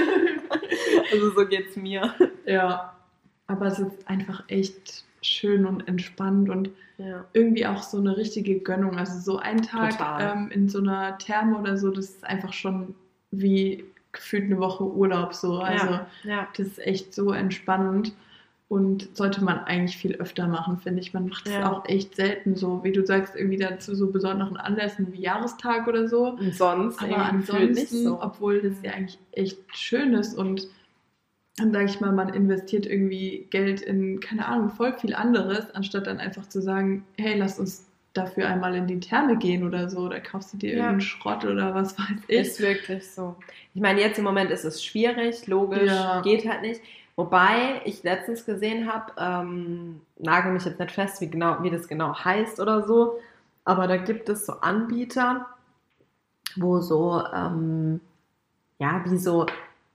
Also so geht's mir. Ja, aber es ist einfach echt schön und entspannt und Ja. irgendwie auch so eine richtige Gönnung. Also so ein Tag Total. ähm, in so einer Therme oder so, das ist einfach schon wie gefühlt eine Woche Urlaub so. Also ja. ja. das ist echt so entspannend und sollte man eigentlich viel öfter machen, finde ich. Man macht es Ja. auch echt selten so, wie du sagst, irgendwie dann zu so besonderen Anlässen wie Jahrestag oder so. Und sonst Aber irgendwie gefühlt nicht ansonsten, so. obwohl das ja eigentlich echt schön ist und dann sage ich mal, man investiert irgendwie Geld in, keine Ahnung, voll viel anderes, anstatt dann einfach zu sagen, hey, lass uns dafür einmal in die Therme gehen oder so, oder kaufst du dir Ja. irgendeinen Schrott oder was weiß ich. Ist wirklich so. Ich meine, jetzt im Moment ist es schwierig, logisch, Ja. geht halt nicht. Wobei ich letztens gesehen habe, ähm, nagel mich jetzt nicht fest, wie, genau, wie das genau heißt oder so, aber da gibt es so Anbieter, wo so, ähm, ja, wie so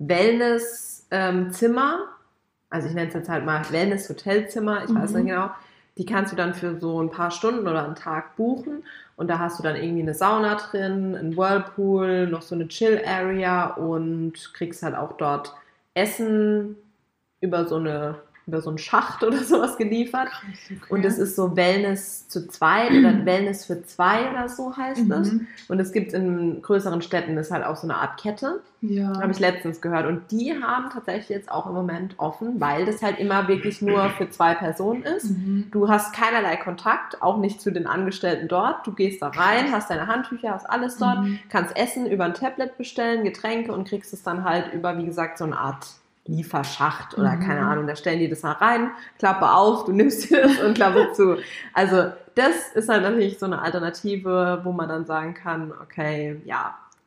Wellness-Zimmer, also ich nenne es jetzt halt mal Wellness-Hotelzimmer, ich weiß Mhm. nicht genau, die kannst du dann für so ein paar Stunden oder einen Tag buchen und da hast du dann irgendwie eine Sauna drin, einen Whirlpool, noch so eine Chill-Area und kriegst halt auch dort Essen über so eine über so einen Schacht oder sowas geliefert. Krass, okay. Und es ist so Wellness zu zweit oder Wellness für zwei oder so heißt es. Mhm. Und es gibt in größeren Städten, das ist halt auch so eine Art Kette. Ja. Habe ich letztens gehört. Und die haben tatsächlich jetzt auch im Moment offen, weil das halt immer wirklich nur für zwei Personen ist. Mhm. Du hast keinerlei Kontakt, auch nicht zu den Angestellten dort. Du gehst da rein, hast deine Handtücher, hast alles dort, Mhm. kannst Essen über ein Tablet bestellen, Getränke und kriegst es dann halt über, wie gesagt, so eine Art Lieferschacht oder Mhm. keine Ahnung. Da stellen die das mal rein, Klappe auf, du nimmst dir das und Klappe zu. Also das ist halt natürlich so eine Alternative, wo man dann sagen kann, okay, ja,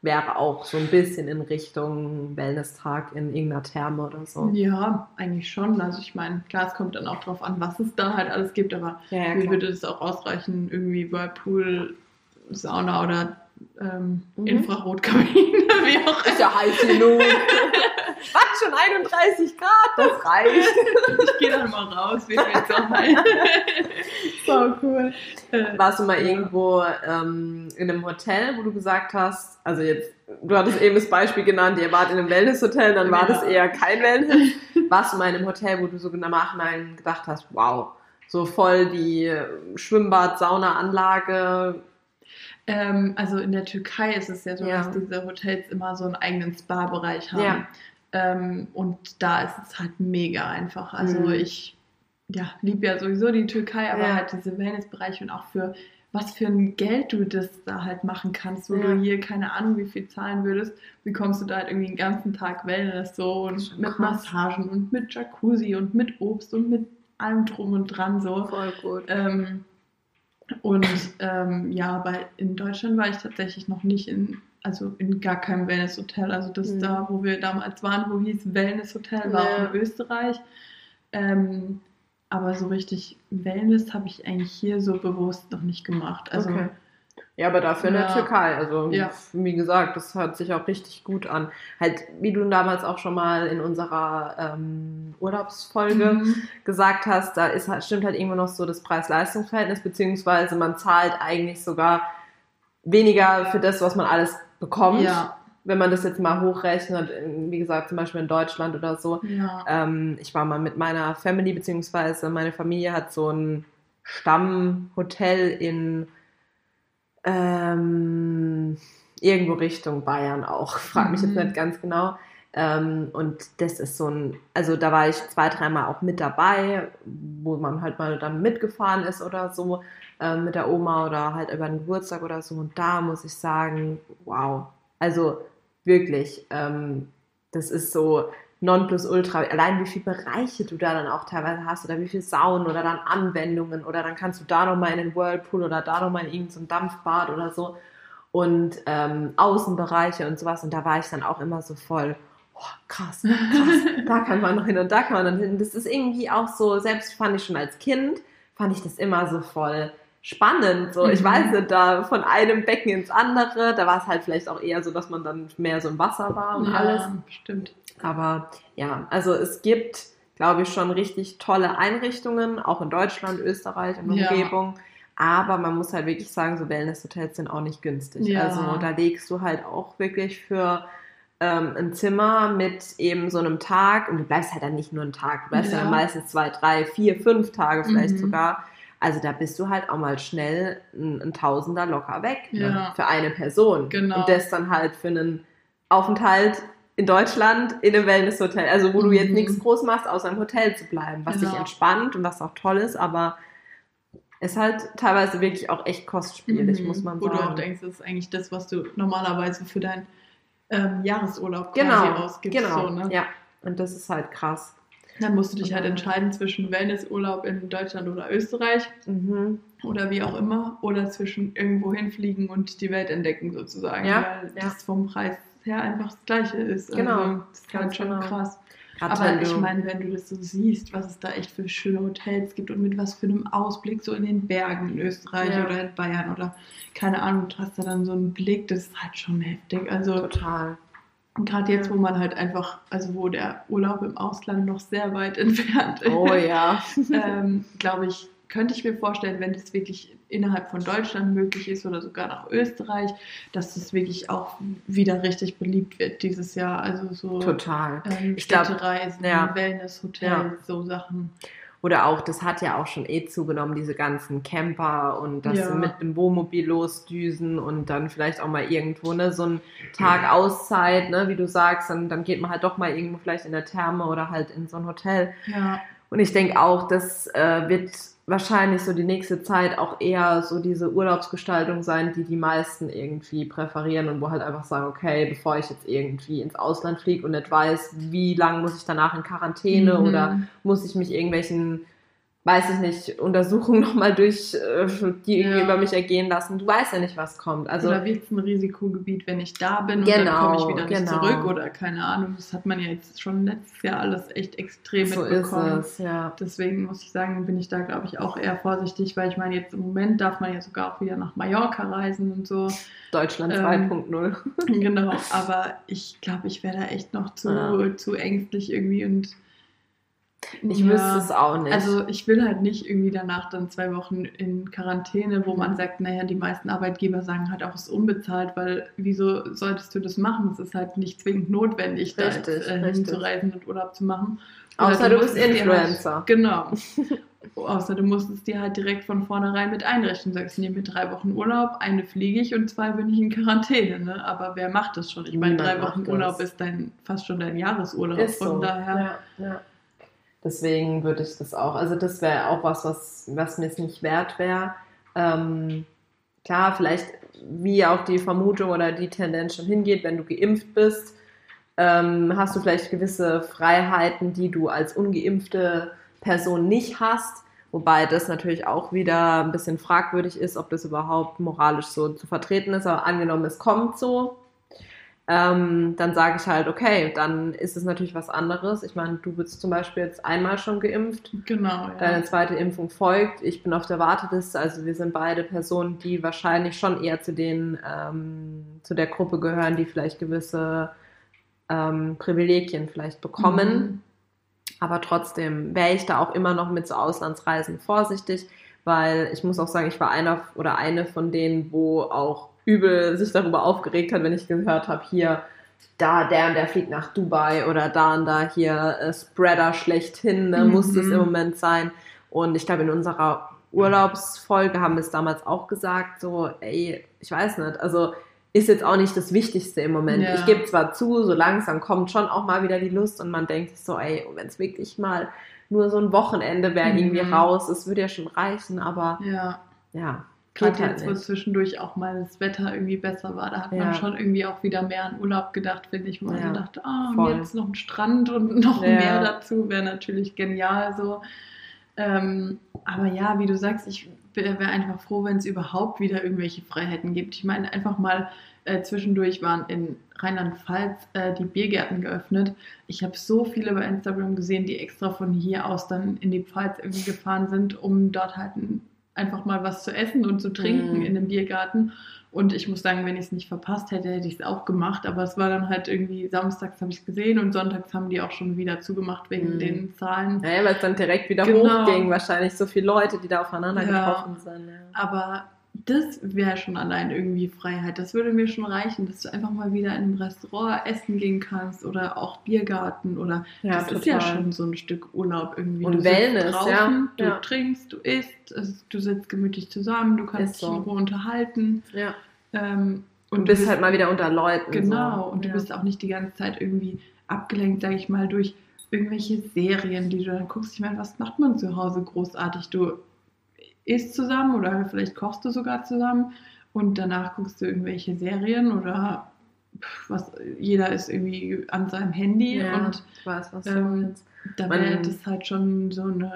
wäre auch so ein bisschen in Richtung Wellness-Tag in irgendeiner Therme oder so. Ja, eigentlich schon. Also ich meine, klar, es kommt dann auch drauf an, was es da halt alles gibt, aber Ja, ja, mir klar. würde es auch ausreichen, irgendwie bei Pool, Sauna oder ähm, Mhm. Infrarotkabine, wie auch Ist ja heiß genug. Was, schon einunddreißig Grad? Das reicht. Ich gehe dann mal raus, wird mir so heiß. So cool. Äh, Warst du mal ja. irgendwo ähm, in einem Hotel, wo du gesagt hast, also jetzt, du hattest eben das Beispiel genannt, ihr wart in einem Wellnesshotel, dann war Ja. das eher kein Wellness. Warst du mal in einem Hotel, wo du so im Nachhinein gedacht hast, wow, so voll die Schwimmbad-Sauna-Anlage. Ähm, also in der Türkei ist es ja so, Ja. dass diese Hotels immer so einen eigenen Spa-Bereich haben. Ja. Ähm, und da ist es halt mega einfach. Also Mhm. ich ja, liebe ja sowieso die Türkei, aber Ja. halt diese Wellnessbereiche und auch für was für ein Geld du das da halt machen kannst, wo Ja. du hier keine Ahnung wie viel zahlen würdest, bekommst du da halt irgendwie den ganzen Tag Wellness so Das ist und schon mit krass. Massagen und mit Jacuzzi und mit Obst und mit allem drum und dran so. Voll gut. Ähm, und ähm, ja, bei, in Deutschland war ich tatsächlich noch nicht in, also in gar keinem Wellnesshotel. Also das Mhm. da, wo wir damals waren, wo hieß Wellnesshotel, war Ja. auch in Österreich. Ähm, aber so richtig Wellness habe ich eigentlich hier so bewusst noch nicht gemacht. Also Okay. Ja, aber dafür in der Ja. Türkei. Also, Ja. wie gesagt, das hört sich auch richtig gut an. Halt, wie du damals auch schon mal in unserer ähm, Urlaubsfolge Mhm. gesagt hast, da ist, halt- stimmt halt irgendwo noch so das Preis-Leistungs-Verhältnis, beziehungsweise man zahlt eigentlich sogar weniger für das, was man alles bekommt. Ja, Wenn man das jetzt mal hochrechnet, in- wie gesagt, zum Beispiel in Deutschland oder so. ja. Ähm, ich war mal mit meiner Family, beziehungsweise meine Familie hat so ein Stammhotel in ähm, irgendwo Richtung Bayern auch. Frag mich jetzt Mhm. nicht ganz genau. Ähm, und das ist so ein, also da war ich zwei, dreimal auch mit dabei, wo man halt mal dann mitgefahren ist oder so, ähm, mit der Oma oder halt über den Geburtstag oder so. Und da muss ich sagen, wow. Also wirklich, ähm, das ist so Nonplusultra. Allein wie viele Bereiche du da dann auch teilweise hast oder wie viele Saunen oder dann Anwendungen oder dann kannst du da nochmal in den Whirlpool oder da nochmal in irgendein so Dampfbad oder so und ähm, Außenbereiche und sowas. Und da war ich dann auch immer so voll, oh, krass, krass, da kann man noch hin und da kann man dann hin. Das ist irgendwie auch so, selbst fand ich schon als Kind, fand ich das immer so voll spannend. So, ich Mhm. weiß nicht, da von einem Becken ins andere, da war es halt vielleicht auch eher so, dass man dann mehr so im Wasser war und ja, alles. stimmt. Aber ja, also es gibt, glaube ich, schon richtig tolle Einrichtungen, auch in Deutschland, Österreich und Ja. Umgebung. Aber man muss halt wirklich sagen, so Wellness-Hotels sind auch nicht günstig. Ja. Also da legst du halt auch wirklich für ähm, ein Zimmer mit eben so einem Tag, und du bleibst halt dann nicht nur einen Tag, du bleibst Ja. ja dann meistens zwei, drei, vier, fünf Tage vielleicht Mhm. sogar. Also da bist du halt auch mal schnell ein, ein Tausender locker weg, ne? Ja. Für eine Person. Genau. Und das dann halt für einen Aufenthalt in Deutschland in einem Wellnesshotel. Also wo du jetzt Mhm. nichts groß machst, außer im Hotel zu bleiben, was dich Ja. entspannt und was auch toll ist, aber ist halt teilweise wirklich auch echt kostspielig, Mhm. muss man Wo sagen. du auch denkst, das ist eigentlich das, was du normalerweise für deinen ähm, Jahresurlaub quasi Genau, ausgibst. genau, So, ne? ja. Und das ist halt krass. Dann musst du dich halt Mhm. entscheiden zwischen Wellnessurlaub in Deutschland oder Österreich Mhm. oder wie auch immer oder zwischen irgendwo hinfliegen und die Welt entdecken sozusagen, Ja, weil ja. das vom Preis her einfach das Gleiche ist. Genau, Also, das ist ganz halt schon genau. krass. Grad Aber wenn ich du- meine, wenn du das so siehst, was es da echt für schöne Hotels gibt und mit was für einem Ausblick so in den Bergen in Österreich Ja. oder in Bayern oder keine Ahnung, du hast da dann so einen Blick, das ist halt schon heftig. Also Total. gerade jetzt, wo man halt einfach, also wo der Urlaub im Ausland noch sehr weit entfernt ist, Oh ja. ähm, glaube ich, könnte ich mir vorstellen, wenn das wirklich innerhalb von Deutschland möglich ist oder sogar nach Österreich, dass das wirklich auch wieder richtig beliebt wird dieses Jahr. Also so Total. ähm, Ich glaub, Städtereisen, ja. Wellnesshotels, Ja. so Sachen. Oder auch, das hat ja auch schon eh zugenommen, diese ganzen Camper und das Ja. mit dem Wohnmobil losdüsen und dann vielleicht auch mal irgendwo, ne, so ein Tag Auszeit, ne, wie du sagst, dann, dann geht man halt doch mal irgendwo vielleicht in der Therme oder halt in so ein Hotel. Ja, Und ich denke auch, das äh, wird wahrscheinlich so die nächste Zeit auch eher so diese Urlaubsgestaltung sein, die die meisten irgendwie präferieren und wo halt einfach sagen, okay, bevor ich jetzt irgendwie ins Ausland fliege und nicht weiß, wie lange muss ich danach in Quarantäne Mhm. oder muss ich mich irgendwelchen weiß ich nicht, Untersuchungen nochmal durch äh, die Ja. über mich ergehen lassen. Du weißt ja nicht, was kommt. Also, Oder wird es ein Risikogebiet, wenn ich da bin und Genau, dann komme ich wieder nicht genau. zurück oder keine Ahnung. Das hat man ja jetzt schon letztes Jahr alles echt extrem so ist mitbekommen. es, ja. Deswegen muss ich sagen, bin ich da, glaube ich, auch eher vorsichtig, weil ich meine, jetzt im Moment darf man ja sogar auch wieder nach Mallorca reisen und so. Deutschland Ähm, zwei Punkt null. Genau, aber ich glaube, ich wäre da echt noch zu, Ja. zu ängstlich irgendwie und Ich ja, wüsste es auch nicht. Also ich will halt nicht irgendwie danach dann zwei Wochen in Quarantäne, wo man sagt, naja, die meisten Arbeitgeber sagen halt auch, es ist unbezahlt, weil wieso solltest du das machen? Es ist halt nicht zwingend notwendig, da Richtig, jetzt, äh, richtig. hinzureisen und Urlaub zu machen. Oder Außer du musst bist es dir Influencer. Halt, genau. Außer du musst es dir halt direkt von vornherein mit einrechnen. Du sagst, ich nehme mir drei Wochen Urlaub, eine fliege ich und zwei bin ich in Quarantäne. Ne? Aber wer macht das schon? Ich meine, Niemand drei Wochen macht das. Urlaub ist dein, fast schon dein Jahresurlaub. Ist Von so. daher, Ja, ja. Deswegen würde ich das auch, also das wäre auch was, was, was mir es nicht wert wäre. Ähm, klar, vielleicht wie auch die Vermutung oder die Tendenz schon hingeht, wenn du geimpft bist, ähm, hast du vielleicht gewisse Freiheiten, die du als ungeimpfte Person nicht hast. Wobei das natürlich auch wieder ein bisschen fragwürdig ist, ob das überhaupt moralisch so zu vertreten ist. Aber angenommen, es kommt so, ähm, dann sage ich halt, okay, dann ist es natürlich was anderes. Ich meine, du bist zum Beispiel jetzt einmal schon geimpft. genau. Ja. Deine zweite Impfung folgt. Ich bin auf der Warteliste. Also wir sind beide Personen, die wahrscheinlich schon eher zu den ähm, zu der Gruppe gehören, die vielleicht gewisse ähm, Privilegien vielleicht bekommen. Mhm. Aber trotzdem wäre ich da auch immer noch mit so Auslandsreisen vorsichtig, weil ich muss auch sagen, ich war einer oder eine von denen, wo auch übel sich darüber aufgeregt hat, wenn ich gehört habe, hier, da, der und der fliegt nach Dubai oder da und da hier äh, Spreader schlechthin, ne, Mhm. muss es im Moment sein. Und ich glaube, in unserer Urlaubsfolge haben wir es damals auch gesagt, so, ey, ich weiß nicht, also ist jetzt auch nicht das Wichtigste im Moment. Ja. Ich gebe zwar zu, so langsam kommt schon auch mal wieder die Lust und man denkt sich so, ey, wenn es wirklich mal nur so ein Wochenende wäre, Mhm. irgendwie raus, es würde ja schon reichen, aber Ja. ja, Gerade geht halt jetzt, wo nicht. zwischendurch auch mal das Wetter irgendwie besser war, da hat Ja. man schon irgendwie auch wieder mehr an Urlaub gedacht, finde ich. Wo man Ja, so dachte, ah, und voll. jetzt noch ein Strand und noch Ja. mehr dazu, wäre natürlich genial so. Ähm, aber ja, wie du sagst, ich wäre wär einfach froh, wenn es überhaupt wieder irgendwelche Freiheiten gibt. Ich meine, einfach mal äh, zwischendurch waren in Rheinland-Pfalz äh, die Biergärten geöffnet. Ich habe so viele bei Instagram gesehen, die extra von hier aus dann in die Pfalz irgendwie gefahren sind, um dort halt ein, einfach mal was zu essen und zu trinken Mhm. in dem Biergarten. Und ich muss sagen, wenn ich es nicht verpasst hätte, hätte ich es auch gemacht. Aber es war dann halt irgendwie, samstags habe ich es gesehen und sonntags haben die auch schon wieder zugemacht wegen Mhm. den Zahlen. Naja, weil es dann direkt wieder Genau. hochging, wahrscheinlich so viele Leute, die da aufeinander Ja. getroffen sind. Ja. Aber das wäre schon allein irgendwie Freiheit. Das würde mir schon reichen, dass du einfach mal wieder in einem Restaurant essen gehen kannst oder auch Biergarten oder Ja, das ist ja total. schon so ein Stück Urlaub irgendwie. Und du sitzt Wellness, draußen, ja. du Ja. trinkst, du isst, also du sitzt gemütlich zusammen, du kannst Ist dich so. in Ruhe unterhalten. Ja. Ähm, Und und du bist halt mal wieder unter Leuten. Genau, so. und du ja. bist auch nicht die ganze Zeit irgendwie abgelenkt, sage ich mal, durch irgendwelche Serien, die du dann guckst. Ich meine, was macht man zu Hause großartig? Du isst zusammen oder vielleicht kochst du sogar zusammen und danach guckst du irgendwelche Serien oder pff, was, jeder ist irgendwie an seinem Handy Ja, und ich weiß, was du ähm, meinst. da Man- wäre das halt schon so ein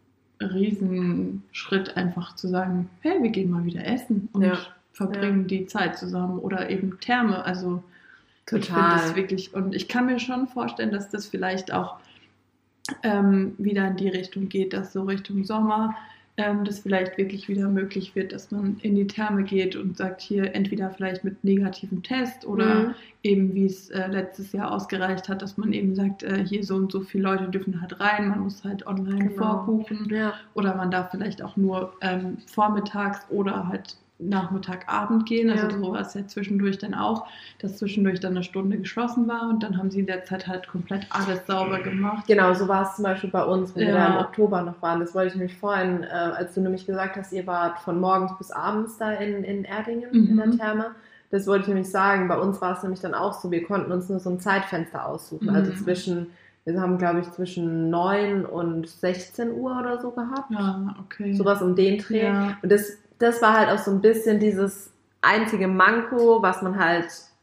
Riesenschritt einfach zu sagen, hey, wir gehen mal wieder essen und Ja. verbringen die Zeit zusammen oder eben Therme, also ich finde Total. das wirklich, und ich kann mir schon vorstellen, dass das vielleicht auch ähm, wieder in die Richtung geht, dass so Richtung Sommer ähm, das vielleicht wirklich wieder möglich wird, dass man in die Therme geht und sagt, hier entweder vielleicht mit negativem Test oder Mhm. eben wie es äh, letztes Jahr ausgereicht hat, dass man eben sagt, äh, hier so und so viele Leute dürfen halt rein, man muss halt online Genau. vorbuchen Ja. oder man darf vielleicht auch nur ähm, vormittags oder halt Nachmittag, Abend gehen, also Ja. so war es ja zwischendurch dann auch, dass zwischendurch dann eine Stunde geschlossen war und dann haben sie in der Zeit halt komplett alles sauber gemacht. Genau, so war es zum Beispiel bei uns, wenn wir Ja. da im Oktober noch waren. Das wollte ich nämlich vorhin, äh, als du nämlich gesagt hast, ihr wart von morgens bis abends da in, in Erdingen, Mhm. in der Therme. Das wollte ich nämlich sagen. Bei uns war es nämlich dann auch so, wir konnten uns nur so ein Zeitfenster aussuchen. Mhm. Also zwischen, wir haben glaube ich zwischen neun und sechzehn Uhr oder so gehabt. Ja, okay. Sowas um den Dreh. Ja. Und das, das war halt auch so ein bisschen dieses einzige Manko, was man halt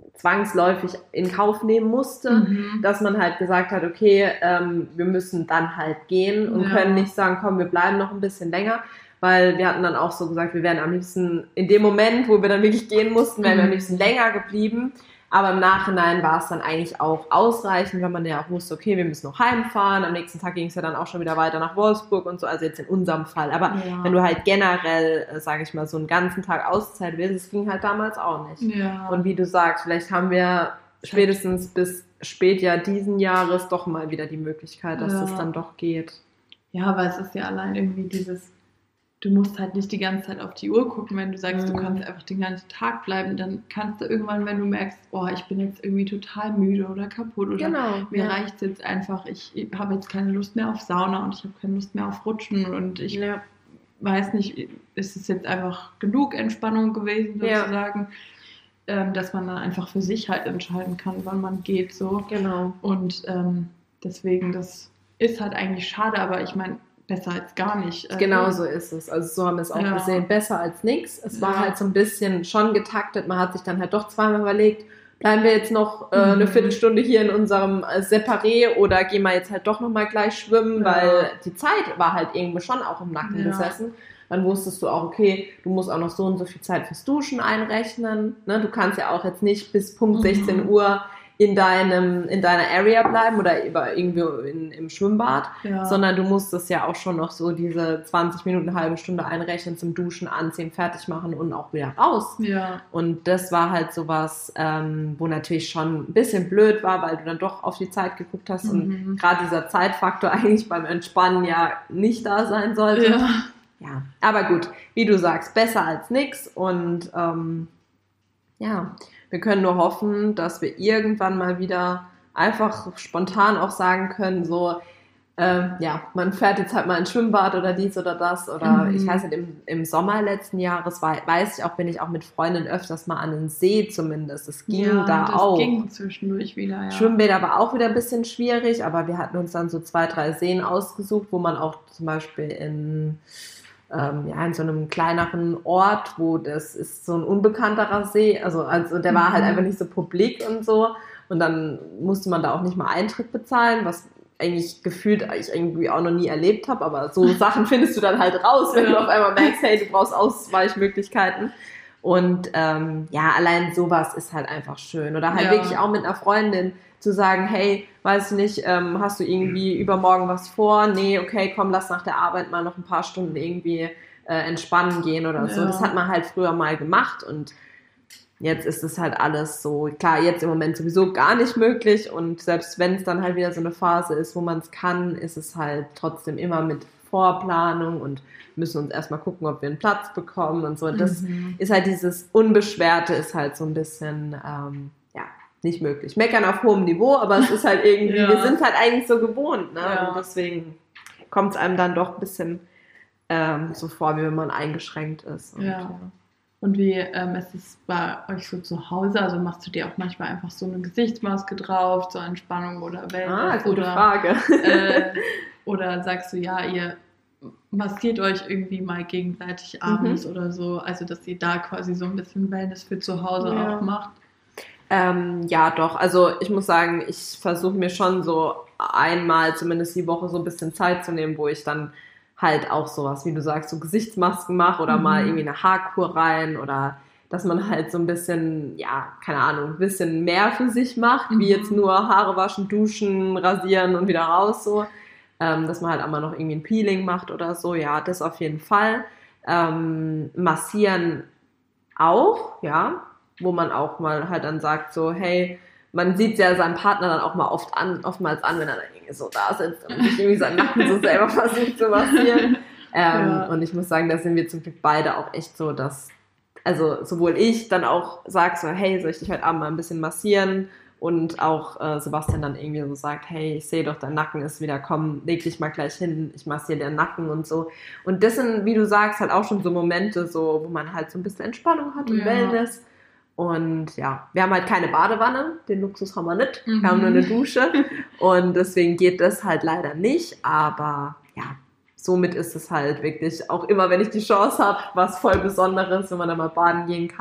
zwangsläufig in Kauf nehmen musste, Mhm. dass man halt gesagt hat, okay, ähm, wir müssen dann halt gehen und Ja. können nicht sagen, komm, wir bleiben noch ein bisschen länger, weil wir hatten dann auch so gesagt, wir wären am liebsten, in dem Moment, wo wir dann wirklich gehen mussten, wären wir am Mhm. liebsten länger geblieben, aber im Nachhinein war es dann eigentlich auch ausreichend, weil man ja auch wusste, okay, wir müssen noch heimfahren, am nächsten Tag ging es ja dann auch schon wieder weiter nach Wolfsburg und so, also jetzt in unserem Fall, aber Ja. wenn du halt generell, äh, sage ich mal, so einen ganzen Tag Auszeit willst, das ging halt damals auch nicht. Ja. Und wie du sagst, vielleicht haben wir spätestens bis Spätjahr diesen Jahres doch mal wieder die Möglichkeit, dass Ja. das dann doch geht. Ja, weil es ist ja allein irgendwie dieses, du musst halt nicht die ganze Zeit auf die Uhr gucken, wenn du sagst, Mhm. du kannst einfach den ganzen Tag bleiben, dann kannst du irgendwann, wenn du merkst, oh, ich bin jetzt irgendwie total müde oder kaputt oder Genau. mir ja. reicht es jetzt einfach, ich habe jetzt keine Lust mehr auf Sauna und ich habe keine Lust mehr auf Rutschen und ich Ja. weiß nicht, ist es jetzt einfach genug Entspannung gewesen Ja. sozusagen, ähm, dass man dann einfach für sich halt entscheiden kann, wann man geht so. Genau. Und ähm, deswegen, das ist halt eigentlich schade, aber ich meine, besser als gar nicht. Also, Genau so ist es. Also so haben wir es auch Ja. gesehen. Besser als nichts. Es war Ja. halt so ein bisschen schon getaktet. Man hat sich dann halt doch zweimal überlegt, bleiben wir jetzt noch äh, eine Mhm. Viertelstunde hier in unserem äh, Separé oder gehen wir jetzt halt doch nochmal gleich schwimmen, Ja. weil die Zeit war halt irgendwo schon auch im Nacken Ja. gesessen. Dann wusstest du auch, okay, du musst auch noch so und so viel Zeit fürs Duschen einrechnen. Ne? Du kannst ja auch jetzt nicht bis Punkt Mhm. sechzehn Uhr in deinem in deiner Area bleiben oder über irgendwie in, im Schwimmbad, Ja. sondern du musst das ja auch schon noch so diese zwanzig Minuten, eine halbe Stunde einrechnen zum Duschen, Anziehen, fertig machen und auch wieder raus. Ja. Und das war halt sowas, ähm, wo natürlich schon ein bisschen blöd war, weil du dann doch auf die Zeit geguckt hast und Mhm. gerade dieser Zeitfaktor eigentlich beim Entspannen ja nicht da sein sollte. Ja. Ja, aber gut, wie du sagst, besser als nix und ähm, ja, wir können nur hoffen, dass wir irgendwann mal wieder einfach spontan auch sagen können, so, äh, ja, man fährt jetzt halt mal ins Schwimmbad oder dies oder das oder Mhm. ich weiß nicht, im, im Sommer letzten Jahres war, weiß ich auch, bin ich auch mit Freundinnen öfters mal an den See zumindest, es ging ja, da das auch. ging zwischendurch wieder, ja. Schwimmbäder war auch wieder ein bisschen schwierig, aber wir hatten uns dann so zwei, drei Seen ausgesucht, wo man auch zum Beispiel in, ähm, ja, in so einem kleineren Ort, wo das ist so ein unbekannterer See, also, also der war halt Mhm. einfach nicht so publik und so und dann musste man da auch nicht mal Eintritt bezahlen, was eigentlich gefühlt ich irgendwie auch noch nie erlebt habe, aber so Sachen findest du dann halt raus, wenn Ja. du auf einmal merkst, hey, du brauchst Ausweichmöglichkeiten. Und ähm, ja, allein sowas ist halt einfach schön. Oder halt Ja. wirklich auch mit einer Freundin zu sagen, hey, weiß nicht, ähm, hast du irgendwie übermorgen was vor? Nee, okay, komm, lass nach der Arbeit mal noch ein paar Stunden irgendwie äh, entspannen gehen oder so. Ja. Das hat man halt früher mal gemacht und jetzt ist es halt alles so, klar, jetzt im Moment sowieso gar nicht möglich und selbst wenn es dann halt wieder so eine Phase ist, wo man es kann, ist es halt trotzdem immer mit Vorplanung und müssen uns erstmal gucken, ob wir einen Platz bekommen und so. Und das Mhm. ist halt dieses Unbeschwerte ist halt so ein bisschen, ähm, ja, nicht möglich. Meckern auf hohem Niveau, aber es ist halt irgendwie, Ja. wir sind halt eigentlich so gewohnt, ne? Ja. Und deswegen kommt es einem dann doch ein bisschen ähm, so vor, wie wenn man eingeschränkt ist. Und, Ja. Und wie ähm, ist es bei euch so zu Hause? Also machst du dir auch manchmal einfach so eine Gesichtsmaske drauf zur Entspannung oder Ah, Wellness? gute oder, Frage. äh, oder sagst du, ja, ihr massiert euch irgendwie mal gegenseitig abends oder so? Also, dass ihr da quasi so ein bisschen Wellness für zu Hause Ja. auch macht? Ähm, ja, doch. Also ich muss sagen, ich versuche mir schon so einmal zumindest die Woche so ein bisschen Zeit zu nehmen, wo ich dann halt auch sowas, wie du sagst, so Gesichtsmasken mache oder Mhm. mal irgendwie eine Haarkur rein oder dass man halt so ein bisschen, ja, keine Ahnung, ein bisschen mehr für sich macht, Mhm. wie jetzt nur Haare waschen, duschen, rasieren und wieder raus so. Ähm, dass man halt auch mal noch irgendwie ein Peeling macht oder so. Ja, das auf jeden Fall. Ähm, massieren auch, ja, wo man auch mal halt dann sagt so, hey, man sieht ja seinen Partner dann auch mal oft an, oftmals an, wenn er dann irgendwie so da sitzt und sich irgendwie seinen Nacken so selber versucht zu massieren. Ähm, Ja. Und ich muss sagen, da sind wir zum Glück beide auch echt so, dass, also sowohl ich dann auch sage so, hey, soll ich dich heute Abend mal ein bisschen massieren? Und auch äh, Sebastian dann irgendwie so sagt, hey, ich sehe doch, dein Nacken ist wieder, komm, leg dich mal gleich hin, ich massiere den Nacken und so. Und das sind, wie du sagst, halt auch schon so Momente, so, wo man halt so ein bisschen Entspannung hat und Ja. Wellness. Und ja, wir haben halt keine Badewanne, den Luxus haben wir nicht, Mhm. wir haben nur eine Dusche und deswegen geht das halt leider nicht, aber ja, somit ist es halt wirklich auch immer, wenn ich die Chance habe, was voll Besonderes, wenn man da mal baden gehen kann.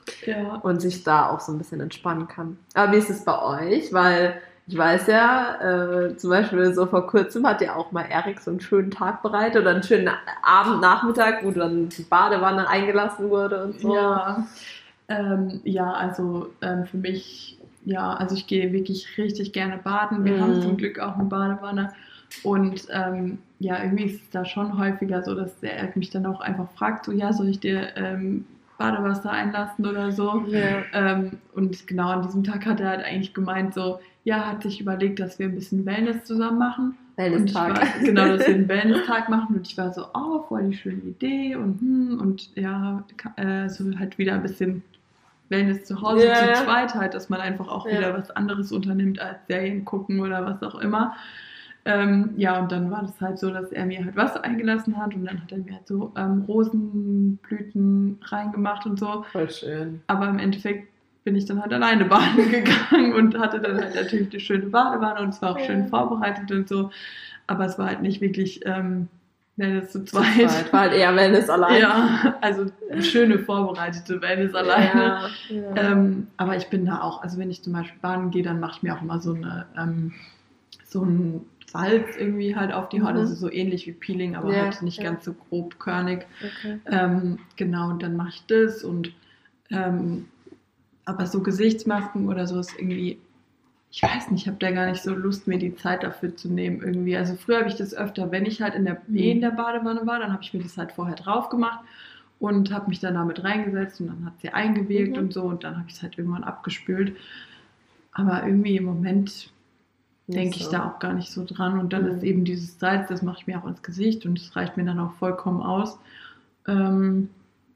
Ja. Und sich da auch so ein bisschen entspannen kann. Aber wie ist es bei euch? Weil ich weiß ja, äh, zum Beispiel so vor kurzem hat ja auch mal Erik so einen schönen Tag bereitet oder einen schönen Abend, Nachmittag, wo dann die Badewanne eingelassen wurde und so. Ja, ähm, ja also ähm, für mich, ja, also ich gehe wirklich richtig gerne baden. Wir Mhm. haben zum Glück auch eine Badewanne. Und ähm, ja, irgendwie ist es da schon häufiger so, dass der Erik mich dann auch einfach fragt, so, ja, soll ich dir ähm, Badewasser einlassen oder so. Ja. Ähm, und genau an diesem Tag hat er halt eigentlich gemeint, so, ja, hat sich überlegt, dass wir ein bisschen Wellness zusammen machen. Wellness-Tag. Und ich war, genau, dass wir einen Wellness-Tag machen und ich war so, oh, voll die schöne Idee und hm, und ja, äh, so halt wieder ein bisschen Wellness zu Hause Ja, zu ja. zweit halt, dass man einfach auch Ja. wieder was anderes unternimmt als Serien gucken oder was auch immer. Ähm, ja, und dann war das halt so, dass er mir halt Wasser eingelassen hat und dann hat er mir halt so ähm, Rosenblüten reingemacht und so. Voll schön. Aber im Endeffekt bin ich dann halt alleine baden gegangen und hatte dann halt natürlich eine schöne Badewanne und es war auch Ja. schön vorbereitet und so. Aber es war halt nicht wirklich ähm, Wellness zu zweit. Zweit. War halt eher Wellness allein. Ja, also eine schöne vorbereitete Wellness alleine. Ja, ja. Ähm, aber ich bin da auch, also wenn ich zum Beispiel baden gehe, dann mache ich mir auch immer so eine ähm, so ein Salz irgendwie halt auf die Haut, Mhm. also so ähnlich wie Peeling, aber Ja, halt nicht ja. ganz so grob körnig. Okay. Ähm, genau, und dann mache ich das und ähm, aber so Gesichtsmasken oder so ist irgendwie, ich weiß nicht, ich habe da gar nicht so Lust, mir die Zeit dafür zu nehmen irgendwie. Also früher habe ich das öfter, wenn ich halt in der, Mhm. eh in der Badewanne war, dann habe ich mir das halt vorher drauf gemacht und habe mich dann damit reingesetzt und dann hat sie eingewirkt Mhm. und so und dann habe ich es halt irgendwann abgespült. Aber irgendwie im Moment denke ich so. da auch gar nicht so dran. Und dann Mhm. ist eben dieses Salz, das mache ich mir auch ins Gesicht und das reicht mir dann auch vollkommen aus. Ähm,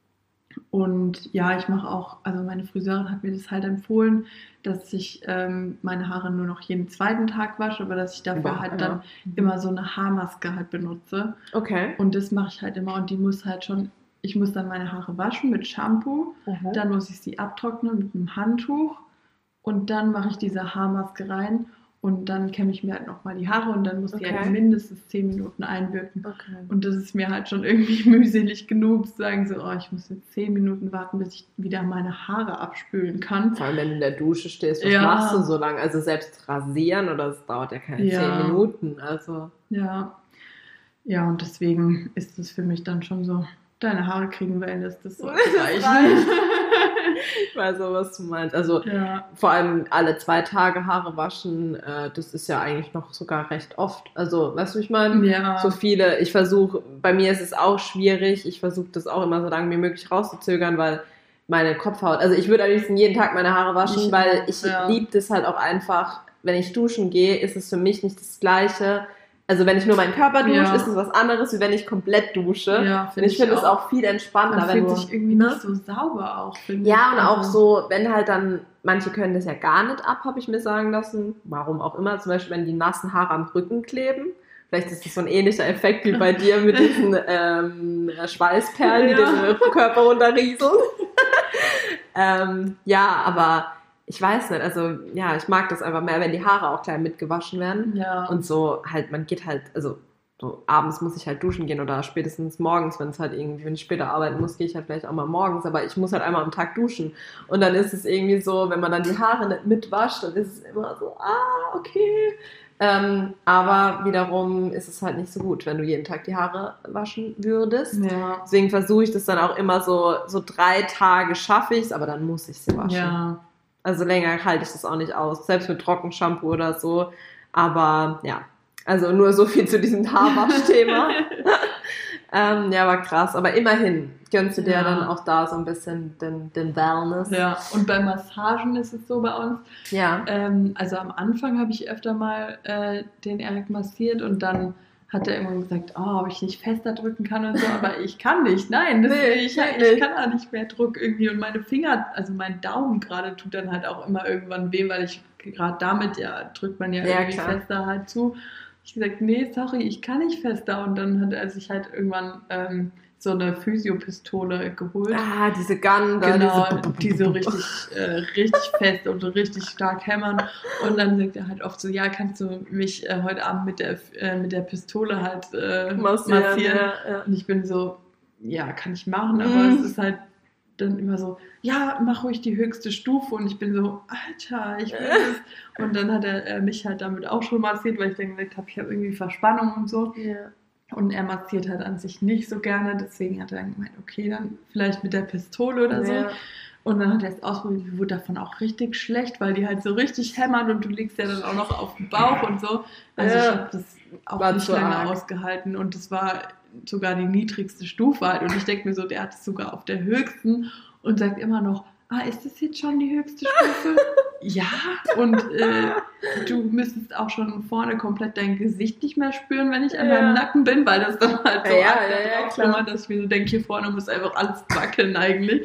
und ja, ich mache auch, also meine Friseurin hat mir das halt empfohlen, dass ich ähm, meine Haare nur noch jeden zweiten Tag wasche, aber dass ich dafür Boah, halt ja. dann immer so eine Haarmaske halt benutze. Okay. Und das mache ich halt immer und die muss halt schon, ich muss dann meine Haare waschen mit Shampoo, Mhm. dann muss ich sie abtrocknen mit einem Handtuch und dann mache ich diese Haarmaske rein und dann kämme ich mir halt nochmal die Haare und dann muss die Okay. halt mindestens zehn Minuten einwirken. Okay. Und das ist mir halt schon irgendwie mühselig genug, zu sagen so, oh, ich muss jetzt zehn Minuten warten, bis ich wieder meine Haare abspülen kann. Vor allem, wenn du in der Dusche stehst, was Ja. machst du so lange? Also selbst rasieren oder das dauert ja keine Ja. zehn Minuten. Also Ja. Ja, und deswegen ist es für mich dann schon so, deine Haare kriegen Wellness, das soll Das reichen. reicht. ich weiß auch, was du meinst. Also Ja. vor allem alle zwei Tage Haare waschen, äh, das ist ja eigentlich noch sogar recht oft. Also, weißt du, wie ich meine? Ja. So viele, ich versuche, bei mir ist es auch schwierig, ich versuche das auch immer so lange wie möglich rauszuzögern, weil meine Kopfhaut, also ich würde am liebsten jeden Tag meine Haare waschen, Ich weil auch, ich ja. liebe das halt auch einfach, wenn ich duschen gehe, ist es für mich nicht das Gleiche. Also wenn ich nur meinen Körper dusche, Ja. ist es was anderes, wie wenn ich komplett dusche. Ja, und find ich ich finde es auch. auch viel entspannender, Man wenn fühlt du... sich irgendwie ne? nicht so sauber auch, finde Ja, ich. und auch Also, so, wenn halt dann, manche können das ja gar nicht ab, habe ich mir sagen lassen. Warum auch immer, zum Beispiel, wenn die nassen Haare am Rücken kleben. Vielleicht ist das so ein ähnlicher Effekt wie bei dir mit diesen ähm, Schweißperlen, die Ja. den Körper runterrieseln. ähm, ja, aber ich weiß nicht, also ja, ich mag das einfach mehr, wenn die Haare auch klein mitgewaschen werden. Ja. Und so halt, man geht halt, also so abends muss ich halt duschen gehen oder spätestens morgens, wenn es halt irgendwie, wenn ich später arbeiten muss, gehe ich halt vielleicht auch mal morgens, aber ich muss halt einmal am Tag duschen. Und dann ist es irgendwie so, wenn man dann die Haare nicht mitwascht, dann ist es immer so, ah, okay. Ähm, aber wiederum ist es halt nicht so gut, wenn du jeden Tag die Haare waschen würdest. Ja. Deswegen versuche ich das dann auch immer so, so drei Tage schaffe ich es, aber dann muss ich sie waschen. Ja. Also länger halte ich das auch nicht aus, selbst mit Trockenshampoo oder so. Aber ja, also nur so viel zu diesem Haarwaschthema. ähm, ja, war krass. Aber immerhin gönnst du dir Ja. dann auch da so ein bisschen den, den Wellness. Ja, und bei Massagen ist es so bei uns. Ja. Ähm, also am Anfang habe ich öfter mal äh, den Erik massiert und dann hat er irgendwann gesagt, oh, ob ich nicht fester drücken kann und so, aber ich kann nicht, nein, das, Nee, ich, nee, ich nee. kann da nicht mehr Druck irgendwie und meine Finger, also mein Daumen gerade tut dann halt auch immer irgendwann weh, weil ich gerade damit, ja, drückt man ja, Ja, irgendwie klar. fester halt zu. Ich gesagt, nee, sorry, ich kann nicht fester und dann hat er sich halt irgendwann ähm, so eine Physiopistole geholt. Ah, diese Gun da. Genau, diese die so richtig, äh, richtig fest und so richtig stark hämmern. Und dann sagt er halt oft so, ja, kannst du mich äh, heute Abend mit der, äh, mit der Pistole halt äh, Massieren, massieren? ja, ja. Und ich bin so, ja, kann ich machen, aber Mhm. es ist halt dann immer so, ja, mach ruhig die höchste Stufe. Und ich bin so, Alter, ich will das. Und dann hat er äh, mich halt damit auch schon massiert, weil ich dann gesagt habe, ich habe irgendwie Verspannung und so. Ja. Und er massiert halt an sich nicht so gerne. Deswegen hat er dann gemeint, okay, dann vielleicht mit der Pistole oder so. Ja. Und dann hat er es ausprobiert, die wurde davon auch richtig schlecht, weil die halt so richtig hämmert und du liegst ja dann auch noch auf dem Bauch und so. Also Ja. ich habe das auch War nicht zu lange arg. ausgehalten und das war sogar die niedrigste Stufe halt. Und ich denke mir so, der hat es sogar auf der höchsten und sagt immer noch, ah, ist das jetzt schon die höchste Stufe? Ja, und äh, du müsstest auch schon vorne komplett dein Gesicht nicht mehr spüren, wenn ich an Ja. deinem Nacken bin, weil das dann halt so Ja, arg ja, da ja, drauf klar. flimmert, dass ich mir so denke, hier vorne muss einfach alles wackeln eigentlich.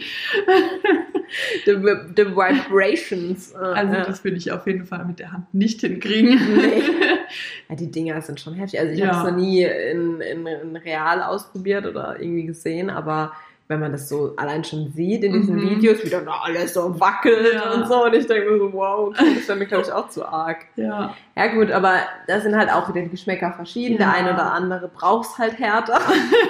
The, the Vibrations. äh, Also ja. das würde ich auf jeden Fall mit der Hand nicht hinkriegen. Nee. Ja, die Dinger sind schon heftig. Also ich Ja. habe es noch nie in, in, in real ausprobiert oder irgendwie gesehen, aber wenn man das so allein schon sieht in diesen Mhm. Videos, wie dann alles so wackelt Ja. und so, und ich denke mir so, wow, okay, das wäre mir, glaube ich, auch zu arg. Ja, Ja gut, aber da sind halt auch wieder die Geschmäcker verschieden. Ja. Der eine oder andere braucht es halt härter.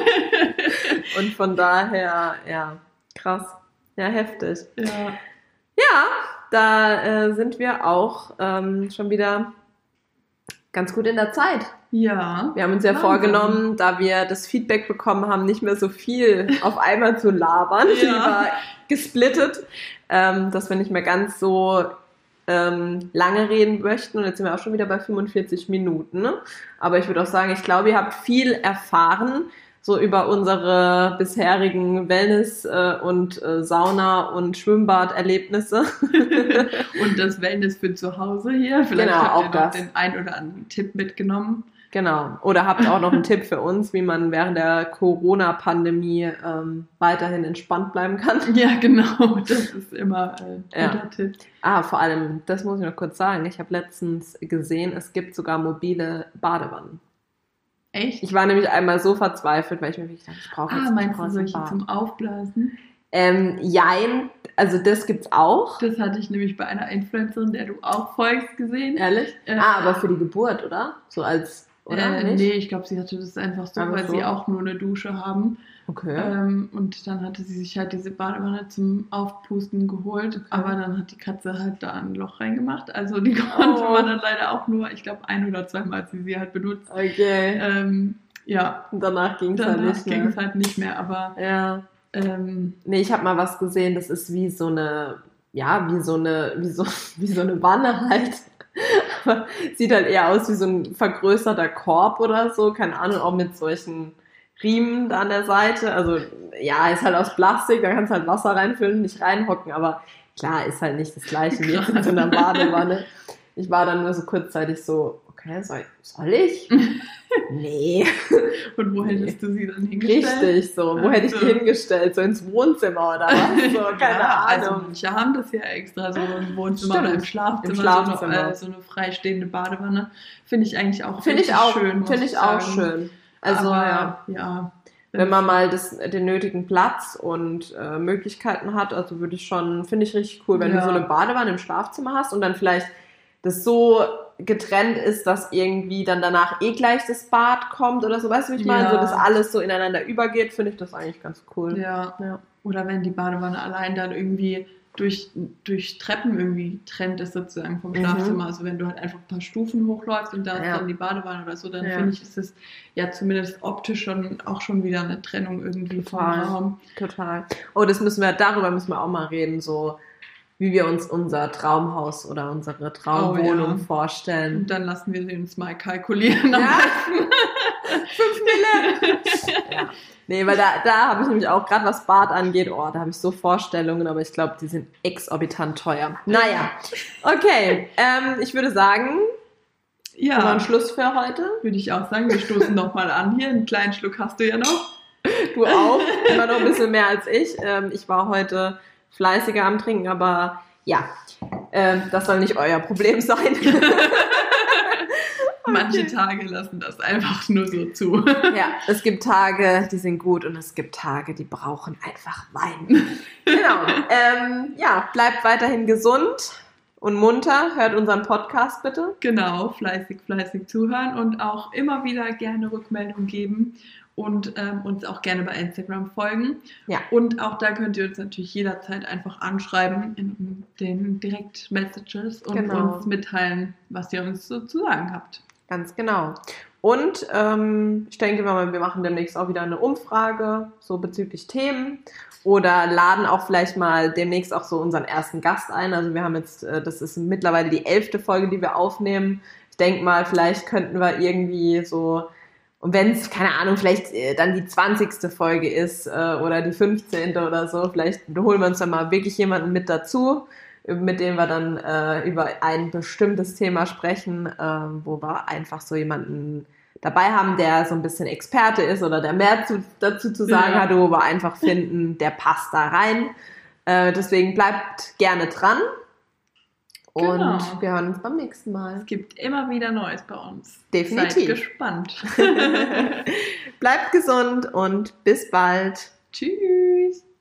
Und von daher, ja, krass. Ja, heftig. ja. Ja, da äh, sind wir auch ähm, schon wieder ganz gut in der Zeit. Ja. Wir haben uns ja Wahnsinn. vorgenommen, da wir das Feedback bekommen haben, nicht mehr so viel auf einmal zu labern, Ja. lieber gesplittet, ähm, dass wir nicht mehr ganz so ähm, lange reden möchten. Und jetzt sind wir auch schon wieder bei fünfundvierzig Minuten. Ne? Aber ich würde auch sagen, ich glaube, ihr habt viel erfahren, so über unsere bisherigen Wellness- äh, und äh, Sauna- und Schwimmbad-Erlebnisse. Und das Wellness für zu Hause hier. Vielleicht Genau, habt ihr auch noch das. den ein oder anderen Tipp mitgenommen. Genau. Oder habt auch noch einen Tipp für uns, wie man während der Corona-Pandemie ähm, weiterhin entspannt bleiben kann? Ja, genau. Das ist immer ein Ja. guter Tipp. Ah, vor allem, das muss ich noch kurz sagen, ich habe letztens gesehen, es gibt sogar mobile Badewannen. Echt? Ich war nämlich einmal so verzweifelt, weil ich mir wirklich dachte, ich brauche jetzt ah, ich meinst brauche du jetzt ein solche Bad. zum Aufblasen? Ähm, jein, also das gibt's auch. Das hatte ich nämlich bei einer Influencerin, der du auch folgst, gesehen. Ehrlich? Äh, ah, aber für die Geburt, oder? So als, oder Äh, nicht? nee, ich glaube, sie hatte das einfach so, Einfach weil so? sie auch nur eine Dusche haben. Okay. Ähm, und dann hatte sie sich halt diese Badewanne zum Aufpusten geholt, Okay. aber dann hat die Katze halt da ein Loch reingemacht. Also die konnte Oh. man dann leider auch nur, ich glaube, ein oder zweimal hat sie sie halt benutzt. Okay. Ähm, ja, Und danach ging es halt danach nicht ging mehr. es halt nicht mehr, aber Ja. ähm, Nee, ich habe mal was gesehen, das ist wie so eine, ja, wie so eine, wie so, wie so eine Wanne halt. Aber sieht halt eher aus wie so ein vergrößerter Korb oder so, keine Ahnung, auch mit solchen Riemen da an der Seite. Also, ja, ist halt aus Plastik, da kannst du halt Wasser reinfüllen, nicht reinhocken, aber klar, ist halt nicht das gleiche wie jetzt in so einer Badewanne. Ich war dann nur so kurzzeitig so, okay, soll, soll ich? Nee. und wo Nee. hättest du sie dann hingestellt? Richtig, so. Wo hätte ich die Also. hingestellt? So ins Wohnzimmer oder was? So, keine ja, Ahnung. Also manche haben das ja extra so im Wohnzimmer Stimmt. oder im Schlafzimmer, Im Schlafzimmer. So, eine, äh, so eine freistehende Badewanne. Finde ich eigentlich auch Finde ich richtig auch, schön. muss finde ich auch sagen. schön. Also, Aber, ja. wenn man mal das, den nötigen Platz und äh, Möglichkeiten hat, also würde ich schon, finde ich richtig cool, wenn Ja. du so eine Badewanne im Schlafzimmer hast und dann vielleicht das so getrennt ist, dass irgendwie dann danach eh gleich das Bad kommt oder so, weißt du, wie ich meine? Ja. So, dass alles so ineinander übergeht, finde ich das eigentlich ganz cool. Ja. Ja. Oder wenn die Badewanne allein dann irgendwie durch, durch Treppen irgendwie trennt ist sozusagen vom Mhm. Schlafzimmer. Also wenn du halt einfach ein paar Stufen hochläufst und da ist Ja. dann die Badewanne oder so, dann Ja. finde ich, ist es ja zumindest optisch schon auch schon wieder eine Trennung irgendwie Total. vom Raum. Total. Oh, das müssen wir, darüber müssen wir auch mal reden, so wie wir uns unser Traumhaus oder unsere Traumwohnung Oh, ja. vorstellen. Und dann lassen wir sie uns mal kalkulieren. Ja. Fünf Mille. Ja. Nee, weil da, da habe ich nämlich auch, gerade was Bad angeht, oh, da habe ich so Vorstellungen, aber ich glaube, die sind exorbitant teuer. Naja, okay. Ähm, ich würde sagen, Ja, war ein Schluss für heute. würde ich auch sagen. Wir stoßen nochmal an hier. Einen kleinen Schluck hast du ja noch. Du auch. Immer noch ein bisschen mehr als ich. Ähm, ich war heute fleißiger am Trinken, aber ja, ähm, das soll nicht euer Problem sein. Manche Tage lassen das einfach nur so zu. Ja, es gibt Tage, die sind gut und es gibt Tage, die brauchen einfach Wein. Genau. Ähm, ja, bleibt weiterhin gesund und munter. Hört unseren Podcast bitte. Genau, fleißig, fleißig zuhören und auch immer wieder gerne Rückmeldung geben. und ähm, uns auch gerne bei Instagram folgen. Ja. Und auch da könnt ihr uns natürlich jederzeit einfach anschreiben in den Direct-Messages und Genau. uns mitteilen, was ihr uns so zu sagen habt. Ganz genau. Und ähm, ich denke mal, wir machen demnächst auch wieder eine Umfrage, so bezüglich Themen. Oder laden auch vielleicht mal demnächst auch so unseren ersten Gast ein. Also wir haben jetzt, äh, das ist mittlerweile die elfte Folge, die wir aufnehmen. Ich denke mal, vielleicht könnten wir irgendwie so, und wenn es, keine Ahnung, vielleicht äh, dann die zwanzigste Folge ist äh, oder die fünfzehnte oder so, vielleicht holen wir uns dann mal wirklich jemanden mit dazu, mit dem wir dann äh, über ein bestimmtes Thema sprechen, äh, wo wir einfach so jemanden dabei haben, der so ein bisschen Experte ist oder der mehr zu, dazu zu sagen Ja. hat, wo wir einfach finden, der passt da rein. Äh, deswegen bleibt gerne dran. Und Genau. wir hören uns beim nächsten Mal. Es gibt immer wieder Neues bei uns. Definitiv. Seid gespannt. Bleibt gesund und bis bald. Tschüss.